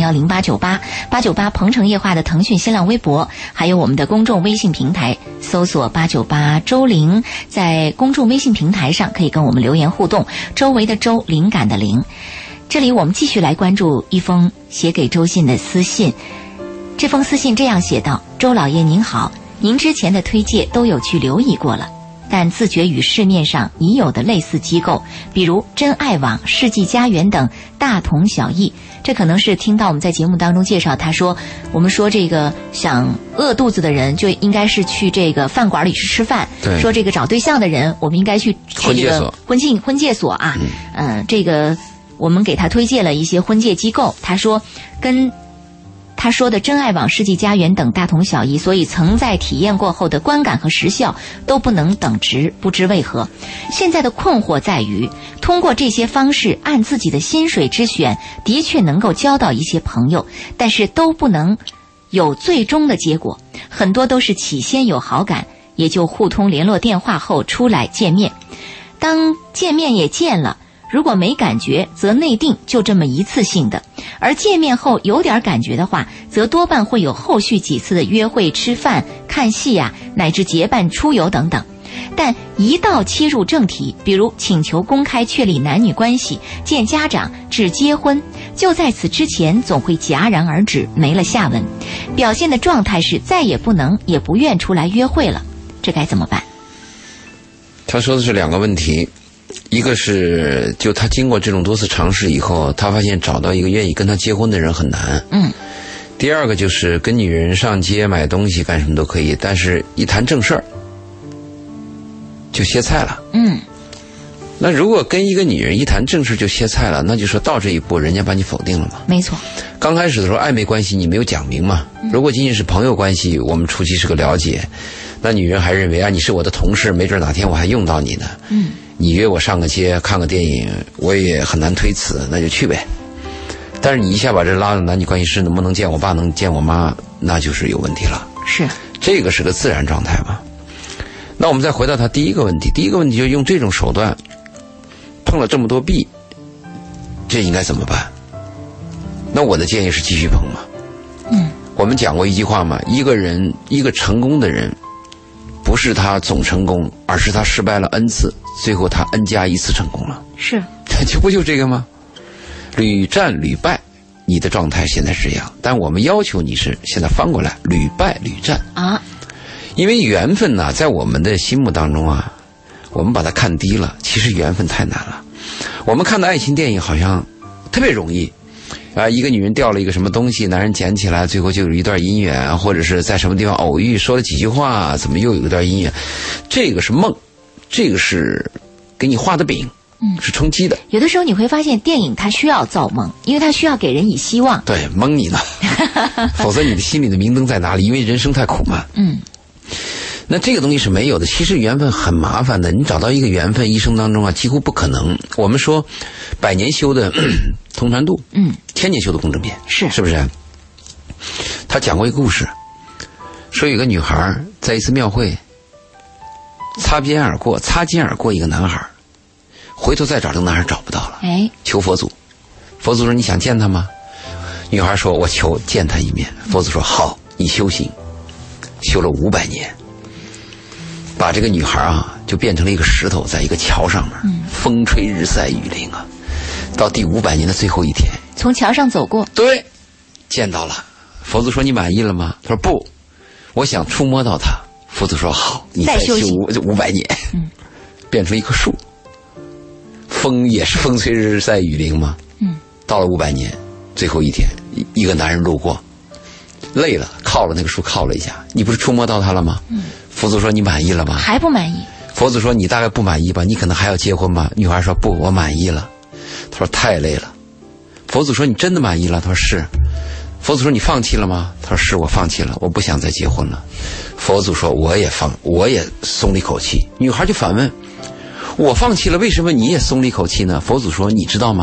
88310898鹏城夜话的腾讯新浪微博，还有我们的公众微信平台，搜索898周玲，在公众微信平台上可以跟我们留言互动，周围的周，灵感的灵。这里我们继续来关注一封写给周信的私信。这封私信这样写道：周老爷您好，您之前的推介都有去留意过了，但自觉与市面上已有的类似机构，比如真爱网、世纪佳缘等大同小异。这可能是听到我们在节目当中介绍，他说我们说这个想饿肚子的人就应该是去这个饭馆里去吃饭，说这个找对象的人我们应该去这个婚介所啊。这个我们给他推荐了一些婚介机构，他说跟他说的真爱网、世纪佳缘等大同小异，所以曾在体验过后的观感和实效都不能等值，不知为何。现在的困惑在于，通过这些方式按自己的薪水之选，的确能够交到一些朋友，但是都不能有最终的结果，很多都是起先有好感，也就互通联络电话后出来见面，当见面也见了，如果没感觉则内定，就这么一次性的，而见面后有点感觉的话，则多半会有后续几次的约会、吃饭、看戏啊，乃至结伴出游等等。但一到切入正题，比如请求公开确立男女关系、见家长至结婚，就在此之前总会戛然而止，没了下文，表现的状态是再也不能也不愿出来约会了，这该怎么办？ 他说的是2个问题，一个是就他经过这种多次尝试以后，他发现找到一个愿意跟他结婚的人很难。第二个就是跟女人上街买东西干什么都可以，但是一谈正事儿就歇菜了。那如果跟一个女人一谈正事就歇菜了，那就说到这一步人家把你否定了嘛。 没错， 刚开始的时候暧昧关系你没有讲明嘛，如果仅仅是朋友关系，我们初期是个了解，那女人还认为啊你是我的同事，没准哪天我还用到你呢。你约我上个街看个电影，我也很难推辞，那就去呗。但是你一下把这拉到男女关系是能不能见我爸能见我妈，那就是有问题了。 是， 这个是个自然状态嘛。那我们再回到他第一个问题，就用这种手段碰了这么多壁，这应该怎么办？那我的建议是继续碰嘛。我们讲过一句话嘛，一个成功的人不是他总成功，而是他失败了 n 次，最后他 n 加1次成功了。是，就这个吗？屡战屡败，你的状态现在是这样，但我们要求你是现在翻过来，屡败屡战啊。因为缘分呢，在我们的心目当中啊，我们把它看低了，其实缘分太难了。我们看的爱情电影好像特别容易啊，一个女人掉了一个什么东西，男人捡起来，最后就有一段姻缘，或者是在什么地方偶遇，说了几句话，怎么又有一段姻缘？这个是梦，这个是给你画的饼，是充饥的。 有的时候你会发现，电影它需要造梦，因为它需要给人以希望。 对，蒙你呢，否则你的心里的明灯在哪里？因为人生太苦嘛。那这个东西是没有的。其实缘分很麻烦的，你找到一个缘分，一生当中啊，几乎不可能。我们说，100年修的同船渡，1000年修的共枕眠，是不是？他讲过一个故事，说有个女孩在一次庙会擦肩而过一个男孩，回头再找这个男孩找不到了，求佛祖。佛祖说：“你想见他吗？”女孩说：“我求见他一面。”佛祖说：“好，你修行，修了500年。”把这个女孩啊，就变成了一个石头，在一个桥上面，风吹日晒雨淋啊。到第500年的最后一天， 从桥上走过， 对，见到了。佛祖说：“你满意了吗？”他说：“不，我想触摸到他。”佛祖说：“好，你再修500年，变成一棵树。风也是风吹日晒雨淋嘛。到了500年，最后一天，一个男人路过，累了，靠了那个树靠了一下，你不是触摸到他了吗？佛祖说：“你满意了吗？” 还不满意。 佛祖说：“你大概不满意吧？你可能还要结婚吧？”女孩说：“不，我满意了。”他说：“太累了。”佛祖说：“你真的满意了？”他说：“是。”佛祖说：“你放弃了吗？”他说：“是，我放弃了，我不想再结婚了。”佛祖说：“我也松了一口气。”女孩就反问：“我放弃了，为什么你也松了一口气呢？”佛祖说：“你知道吗？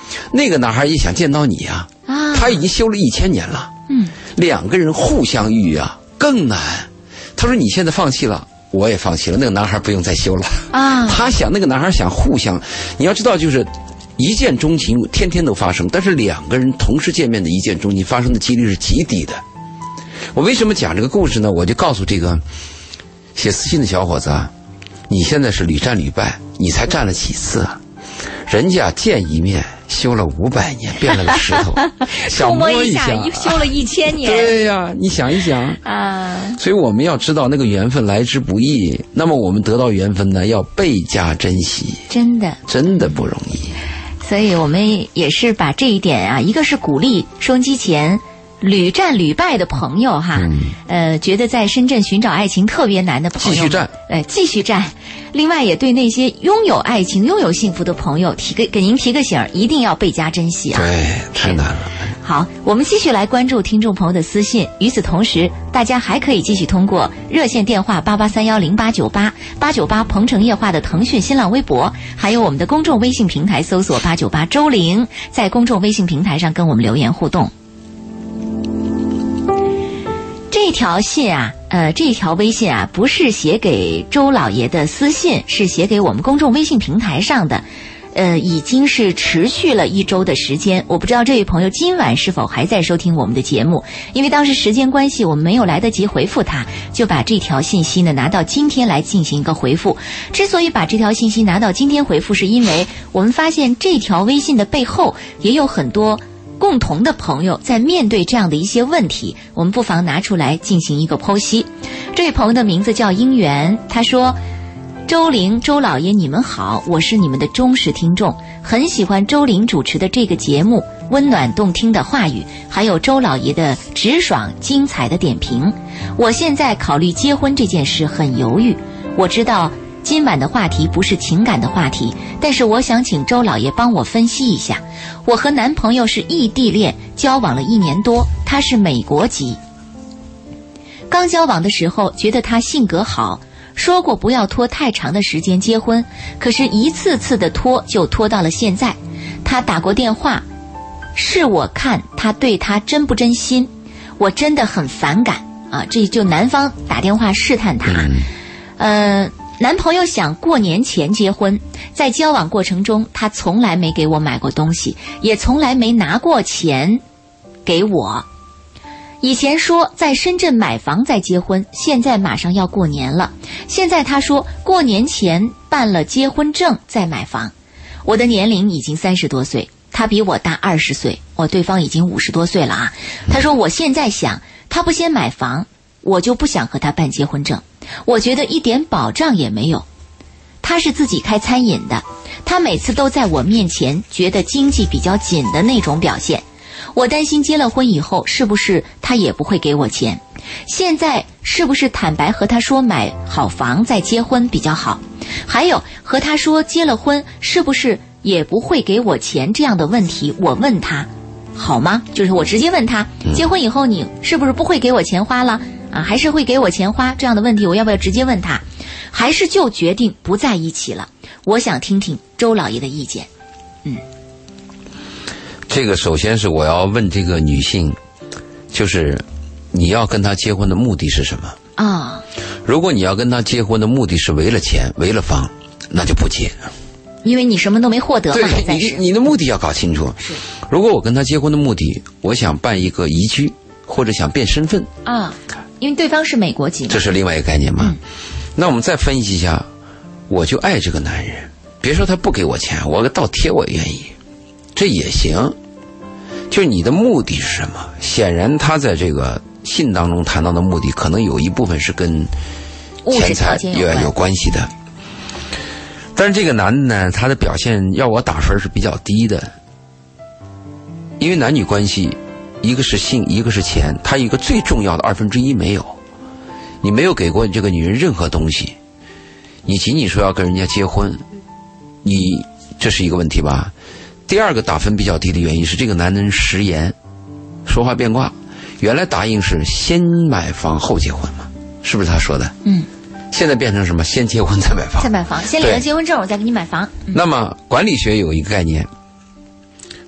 那个男孩也想见到你啊，他已经修了1000年了，两个人互相遇啊更难。他说你现在放弃了，我也放弃了，那个男孩不用再修了啊。他想那个男孩想互相，你要知道就是一见钟情天天都发生，但是两个人同时见面的一见钟情发生的几率是极低的。我为什么讲这个故事呢？我就告诉这个写私信的小伙子啊，你现在是屡战屡败，你才战了几次啊？人家见一面修了500年，变了个石头，想摸一下修了1000年。 对呀，你想一想啊。所以我们要知道那个缘分来之不易，那么我们得到缘分呢，要倍加珍惜，真的不容易。 所以我们也是把这一点啊，一个是鼓励收音机前屡战屡败的朋友哈，觉得在深圳寻找爱情特别难的朋友，继续战，继续战。另外也对那些拥有爱情、拥有幸福的朋友给您提个醒，一定要倍加珍惜啊！对， 太难了。 好，我们继续来关注听众朋友的私信。与此同时，大家还可以继续通过热线电话88310898、898鹏城夜话的腾讯新浪微博，还有我们的公众微信平台搜索898周玲，在公众微信平台上跟我们留言互动。这条信啊，这条微信啊，不是写给周老爷的私信，是写给我们公众微信平台上的。已经是持续了1周的时间，我不知道这位朋友今晚是否还在收听我们的节目，因为当时时间关系我们没有来得及回复他，就把这条信息呢拿到今天来进行一个回复。之所以把这条信息拿到今天回复，是因为我们发现这条微信的背后也有很多共同的朋友在面对这样的一些问题，我们不妨拿出来进行一个剖析。这位朋友的名字叫姻缘，他说：周玲、周老爷你们好，我是你们的忠实听众，很喜欢周玲主持的这个节目，温暖动听的话语，还有周老爷的直爽精彩的点评。我现在考虑结婚这件事很犹豫，我知道今晚的话题不是情感的话题，但是我想请周老爷帮我分析一下。我和男朋友是异地恋，交往了1年多，他是美国籍。刚交往的时候觉得他性格好，说过不要拖太长的时间结婚，可是一次次的拖就拖到了现在。他打过电话，是我看他对他真不真心，我真的很反感啊！这就男方打电话试探他。男朋友想过年前结婚，在交往过程中他从来没给我买过东西，也从来没拿过钱给我。以前说在深圳买房再结婚，现在马上要过年了，现在他说过年前办了结婚证再买房。我的年龄已经30多岁，他比我大20岁，对方已经50多岁了啊。他说我现在想，他不先买房，我就不想和他办结婚证，我觉得一点保障也没有。他是自己开餐饮的，他每次都在我面前觉得经济比较紧的那种表现，我担心结了婚以后是不是他也不会给我钱，现在是不是坦白和他说买好房再结婚比较好，还有和他说结了婚是不是也不会给我钱这样的问题，我问他好吗？就是我直接问他，结婚以后你是不是不会给我钱花了啊？还是会给我钱花？这样的问题我要不要直接问他？还是就决定不在一起了？我想听听周老爷的意见。 这个首先是我要问这个女性，就是你要跟他结婚的目的是什么啊？如果你要跟他结婚的目的是为了钱为了房，那就不结， 因为你什么都没获得嘛。 对，你的目的要搞清楚。是，如果我跟他结婚的目的，我想办一个移居或者想变身份啊， 因为对方是美国籍， 这是另外一个概念嘛。那我们再分析一下，我就爱这个男人，别说他不给我钱，我倒贴我也愿意，这也行。就你的目的是什么？显然他在这个信当中谈到的目的，可能有一部分是跟钱财有关系的。但是这个男的呢，他的表现要我打分是比较低的，因为男女关系，一个是性，一个是钱，他一个最重要的1/2没有。你没有给过这个女人任何东西，你仅仅说要跟人家结婚，这是一个问题吧？第二个打分比较低的原因是这个男人食言，说话变卦。原来答应是先买房后结婚嘛，是不是他说的？现在变成什么？先结婚再买房， 先领了结婚证我再给你买房。 那么管理学有一个概念，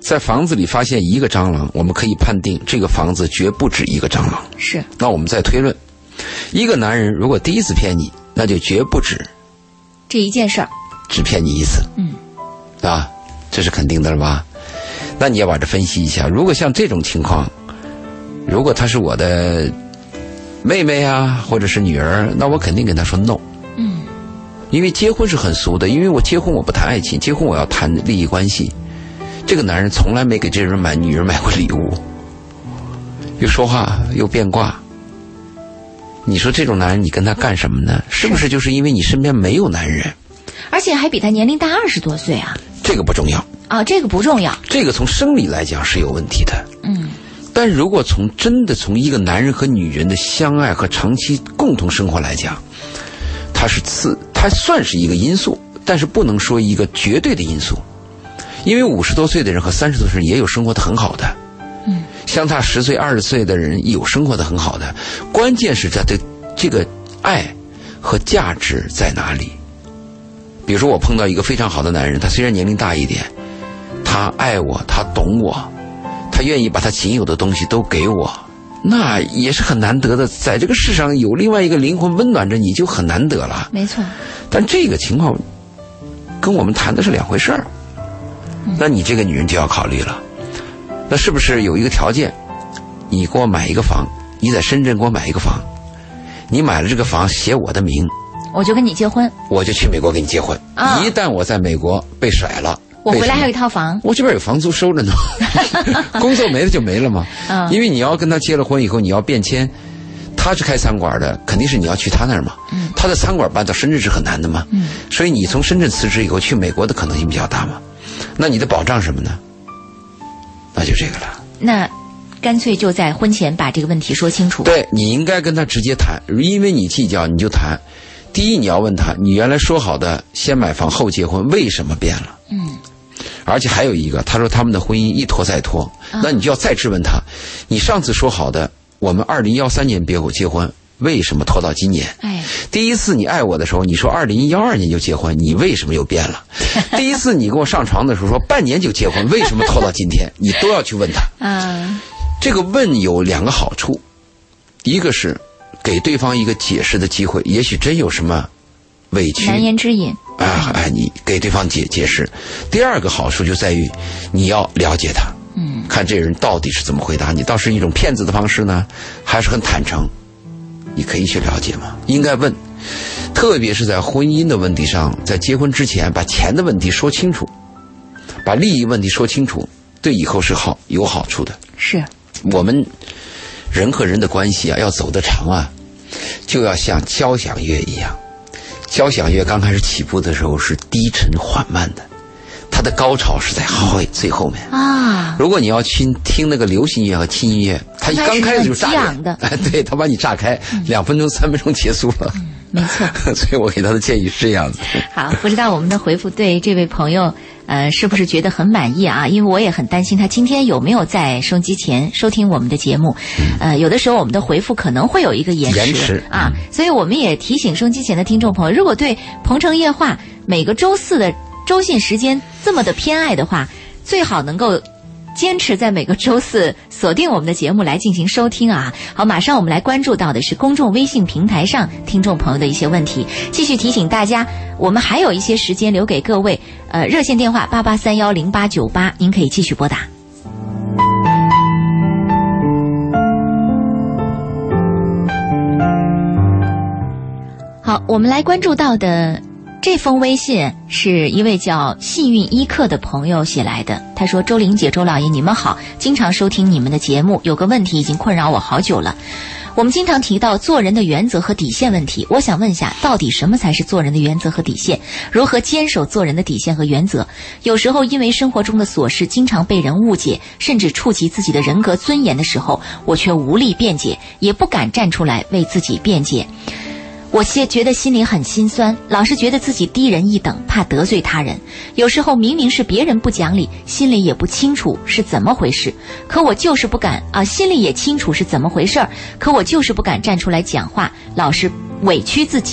在房子里发现一个蟑螂，我们可以判定这个房子绝不止一个蟑螂。 是。 那我们再推论，一个男人如果第一次骗你，那就绝不止这一件事儿， 只骗你一次。啊，这是肯定的了吧？那你要把这分析一下，如果像这种情况，如果她是我的妹妹啊，或者是女儿，那我肯定跟她说 no。因为结婚是很俗的，因为我结婚我不谈爱情，结婚我要谈利益关系。这个男人从来没给这人女人买过礼物，又说话又变卦。你说这种男人你跟他干什么呢？是不是就是因为你身边没有男人？ 而且还比他年龄大20多岁啊。 这个不重要啊，这个不重要。 这个从生理来讲是有问题的。但如果真的从一个男人和女人的相爱和长期共同生活来讲，它算是一个因素，但是不能说一个绝对的因素。因为50多岁的人和30多岁人也有生活的很好的，相差10岁、20岁的人有生活的很好的。关键是他的这个爱和价值在哪里？比如说我碰到一个非常好的男人，他虽然年龄大一点，他爱我，他懂我，他愿意把他仅有的东西都给我，那也是很难得的。在这个世上有另外一个灵魂温暖着你，就很难得了。 没错。 但这个情况跟我们谈的是两回事儿。那你这个女人就要考虑了，那是不是有一个条件，你给我买一个房，你在深圳给我买一个房，你买了这个房写我的名， 我就跟你结婚， 我就去美国跟你结婚。一旦我在美国被甩了， 我回来还有一套房， 我这边有房租收着呢。工作没了就没了嘛。因为你要跟他结了婚以后，你要变迁，他是开餐馆的，肯定是你要去他那儿嘛。他的餐馆搬到深圳是很难的嘛。所以你从深圳辞职以后去美国的可能性比较大嘛。那你的保障什么呢？那就这个了。 那干脆就在婚前把这个问题说清楚。 对，你应该跟他直接谈，因为你计较你就谈。第一，你要问他，你原来说好的先买房后结婚，为什么变了？而且还有一个，他说他们的婚姻一拖再拖，那你就要再质问他，你上次说好的我们2013年结婚，为什么拖到今年？第一次你爱我的时候，你说2012年就结婚，你为什么又变了？第一次你跟我上床的时候说半年就结婚，为什么拖到今天？你都要去问他。这个问有2个好处，一个是给对方一个解释的机会，也许真有什么委屈难言之隐你给对方解释。第2个好处就在于你要了解他，看这人到底是怎么回答你，倒是一种骗子的方式呢，还是很坦诚，你可以去了解嘛。应该问，特别是在婚姻的问题上，在结婚之前把钱的问题说清楚，把利益问题说清楚，对以后是有好处的。 是我们人和人的关系啊，要走得长啊，就要像交响乐一样。交响乐刚开始起步的时候是低沉缓慢的，它的高潮是在最后面啊。如果你要去听那个流行乐和轻音乐，它一刚开始就炸的，对，它把你炸开，2分钟3分钟结束了。 没错。 所以我给他的建议是这样子。 好，不知道我们的回复对这位朋友是不是觉得很满意啊？因为我也很担心他今天有没有在收音机前收听我们的节目。有的时候我们的回复可能会有一个延迟啊，所以我们也提醒收音机前的听众朋友，如果对鹏城夜话每个周4的周信时间这么的偏爱的话，最好能够坚持在每个周4锁定我们的节目来进行收听啊。好，马上我们来关注到的是公众微信平台上听众朋友的一些问题。继续提醒大家，我们还有一些时间留给各位，热线电话88310898，您可以继续拨打。好，我们来关注到的这封微信是一位叫幸运一刻的朋友写来的。他说：周玲姐、周老爷，你们好，经常收听你们的节目，有个问题已经困扰我好久了。我们经常提到做人的原则和底线问题，我想问一下，到底什么才是做人的原则和底线？如何坚守做人的底线和原则？有时候因为生活中的琐事经常被人误解，甚至触及自己的人格尊严的时候，我却无力辩解，也不敢站出来为自己辩解。我觉得心里很心酸，老是觉得自己低人一等，怕得罪他人。有时候明明是别人不讲理，心里也不清楚是怎么回事，可我就是不敢心里也清楚是怎么回事，可我就是不敢站出来讲话，老是委屈自己。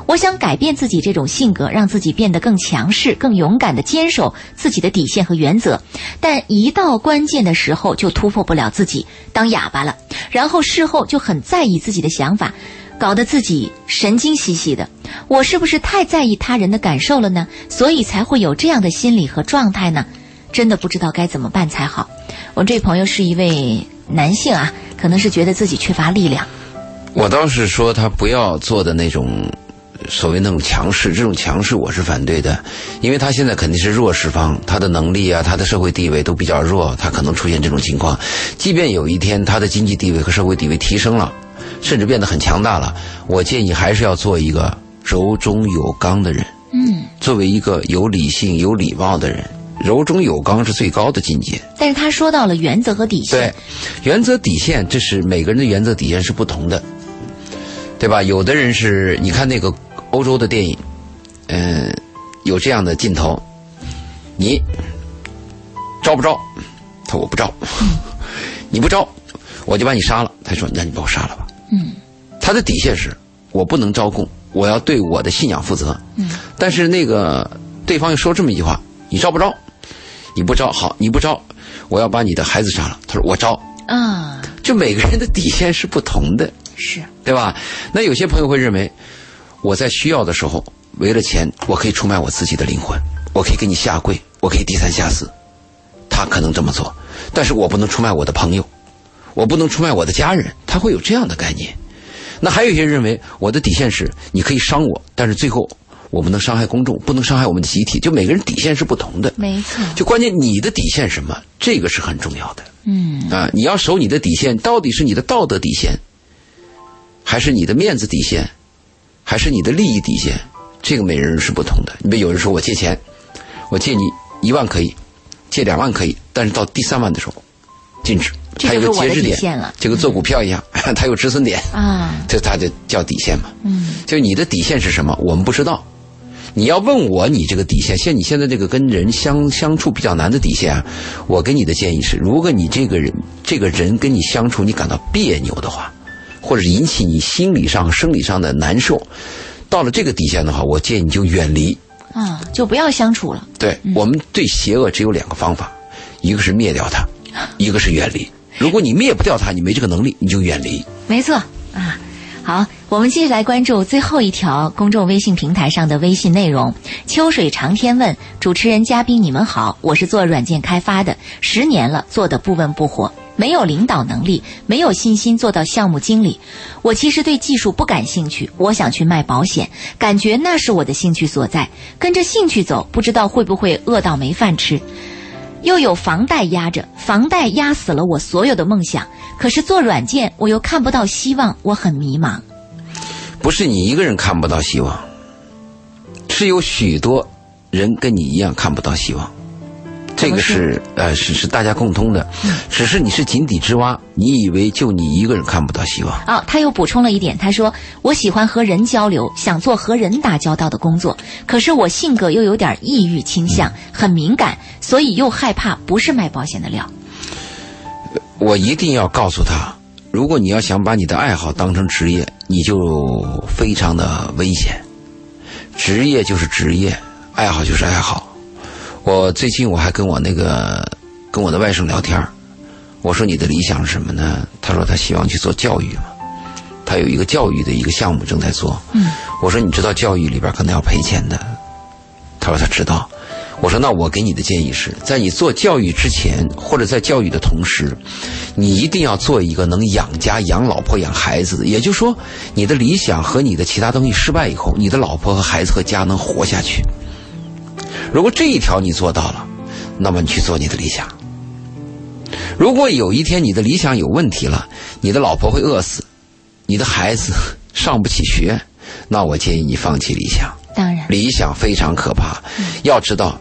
我想改变自己这种性格，让自己变得更强势、更勇敢地坚守自己的底线和原则，但一到关键的时候就突破不了自己，当哑巴了，然后事后就很在意自己的想法，搞得自己神经兮兮的。我是不是太在意他人的感受了呢？所以才会有这样的心理和状态呢？真的不知道该怎么办才好。我这朋友是一位男性啊，可能是觉得自己缺乏力量。 我倒是说他不要做的那种所谓那种强势，这种强势我是反对的，因为他现在肯定是弱势方，他的能力啊，他的社会地位都比较弱，他可能出现这种情况。即便有一天他的经济地位和社会地位提升了，甚至变得很强大了，我建议还是要做一个柔中有刚的人。作为一个有理性有礼貌的人，柔中有刚是最高的境界。但是他说到了原则和底线。 对，原则底线，这是每个人的原则底线是不同的，对吧？有的人是，你看那个欧洲的电影，有这样的镜头，你招不招？他说我不招。你不招，我就把你杀了。他说那你把我杀了吧。他的底线是我不能招供，我要对我的信仰负责。但是那个对方又说这么一句话，你招不招？你不招，好，你不招，我要把你的孩子杀了。他说我招。就每个人的底线是不同的， 是， 对吧？那有些朋友会认为，我在需要的时候，为了钱，我可以出卖我自己的灵魂，我可以给你下跪，我可以低三下四。他可能这么做，但是我不能出卖我的朋友，我不能出卖我的家人，他会有这样的概念。那还有一些认为，我的底线是你可以伤我，但是最后我不能伤害公众，不能伤害我们的集体。就每个人底线是不同的， 没错。 就关键你的底线什么，这个是很重要的。你要守你的底线，到底是你的道德底线，还是你的面子底线，还是你的利益底线？这个每人是不同的。你比如有人说我借钱，我借你1万可以，借2万可以，但是到第3万的时候禁止。它有个截止点，就跟做股票一样，它有止损点啊，这它就叫底线嘛。就你的底线是什么，我们不知道。你要问我你这个底线，像你现在这个跟人相处比较难的底线啊，我给你的建议是，如果你这个人跟你相处你感到别扭的话，或者引起你心理上生理上的难受，到了这个底线的话，我建议你就远离就不要相处了。 对，我们对邪恶只有2个方法，一个是灭掉它，一个是远离。如果你灭不掉它，你没这个能力，你就远离。 没错啊。好，我们继续来关注最后一条公众微信平台上的微信内容。秋水长天问，主持人嘉宾你们好，我是做软件开发的，10年了，做的不温不火，没有领导能力，没有信心做到项目经理。我其实对技术不感兴趣，我想去卖保险，感觉那是我的兴趣所在，跟着兴趣走，不知道会不会饿到没饭吃。又有房贷压着，房贷压死了我所有的梦想，可是做软件我又看不到希望，我很迷茫。 不是你一个人看不到希望，是有许多人跟你一样看不到希望，这个是大家共通的，只是你是井底之蛙，你以为就你一个人看不到希望。 他又补充了一点，他说我喜欢和人交流，想做和人打交道的工作，可是我性格又有点抑郁倾向，很敏感，所以又害怕不是卖保险的料。 我一定要告诉他，如果你要想把你的爱好当成职业，你就非常的危险。职业就是职业，爱好就是爱好。我最近我还跟我的外甥聊天，我说你的理想是什么呢？他说他希望去做教育嘛，他有一个教育的一个项目正在做。我说你知道教育里边可能要赔钱的，他说他知道。我说那我给你的建议是，在你做教育之前，或者在教育的同时，你一定要做一个能养家养老婆养孩子的，也就是说你的理想和你的其他东西失败以后，你的老婆和孩子和家能活下去。如果这一条你做到了，那么你去做你的理想。如果有一天你的理想有问题了，你的老婆会饿死，你的孩子上不起学，那我建议你放弃理想。 当然， 理想非常可怕。要知道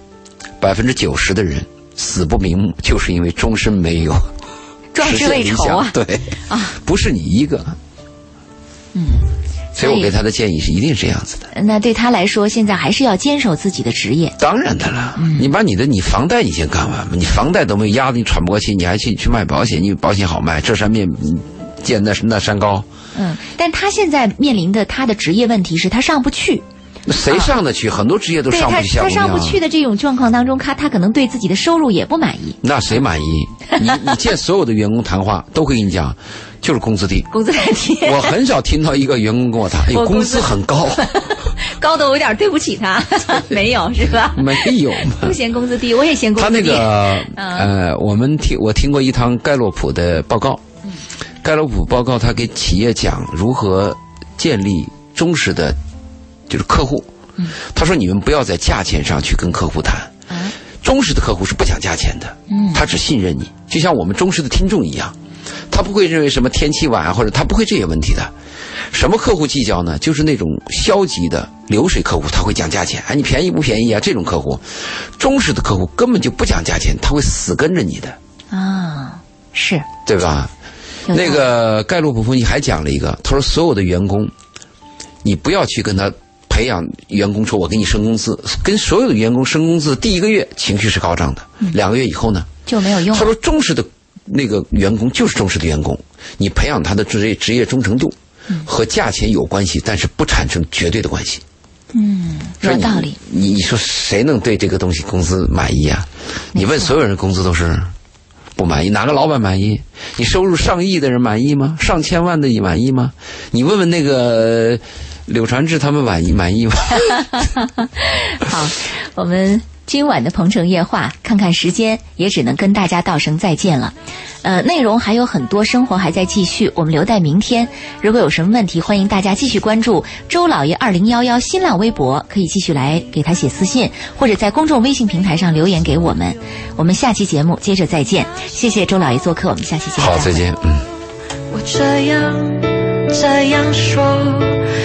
90%的人死不瞑目，就是因为终身没有壮志未酬啊。 对啊，不是你一个。所以我给他的建议是一定是这样子的。 那对他来说，现在还是要坚守自己的职业。 当然的了，你把你房贷你先干完嘛，你房贷都没有压得你喘不过气，你还去卖保险，因为保险好卖，这山面见那山高， 但他现在面临的他的职业问题是他上不去。 谁上得去？很多职业都上不去下不去。 他上不去的这种状况当中，他可能对自己的收入也不满意。 那谁满意？你见所有的员工谈话都会跟你讲，就是工资低， 工资太低。我很少听到一个员工跟我谈，哎，工资很高， 高的我有点对不起他。没有是吧？ 没有， 不嫌工资低，我也嫌工资低。 他那个我听过一堂盖洛普的报告，盖洛普报告他给企业讲如何建立忠实的。就是客户，他说你们不要在价钱上去跟客户谈，忠实的客户是不讲价钱的，他只信任你，就像我们忠实的听众一样，他不会认为什么天气晚或者他不会这些问题的。什么客户计较呢？就是那种消极的流水客户，他会讲价钱，哎，你便宜不便宜啊？这种客户，忠实的客户根本就不讲价钱，他会死跟着你的啊，是对吧？那个盖洛普分析还讲了一个，他说所有的员工，你不要去跟他。培养员工说我给你升工资，跟所有的员工升工资第1个月情绪是高涨的，2个月以后呢就没有用。 他说忠实的那个员工就是忠实的员工，你培养他的职业忠诚度和价钱有关系，但是不产生绝对的关系。 有道理。 你说谁能对这个东西工资满意啊？你问所有人工资都是不满意，哪个老板满意？你收入上亿的人满意吗？上千万的你满意吗？你问问那个柳传志他们满意吗？ 好，我们今晚的鹏城夜话，看看时间，也只能跟大家道声再见了。内容还有很多，生活还在继续，我们留待明天。如果有什么问题，欢迎大家继续关注周老爷2011新浪微博，可以继续来给他写私信，或者在公众微信平台上留言给我们。我们下期节目接着再见，谢谢周老爷做客，我们下期节目好，再见。 我这样说。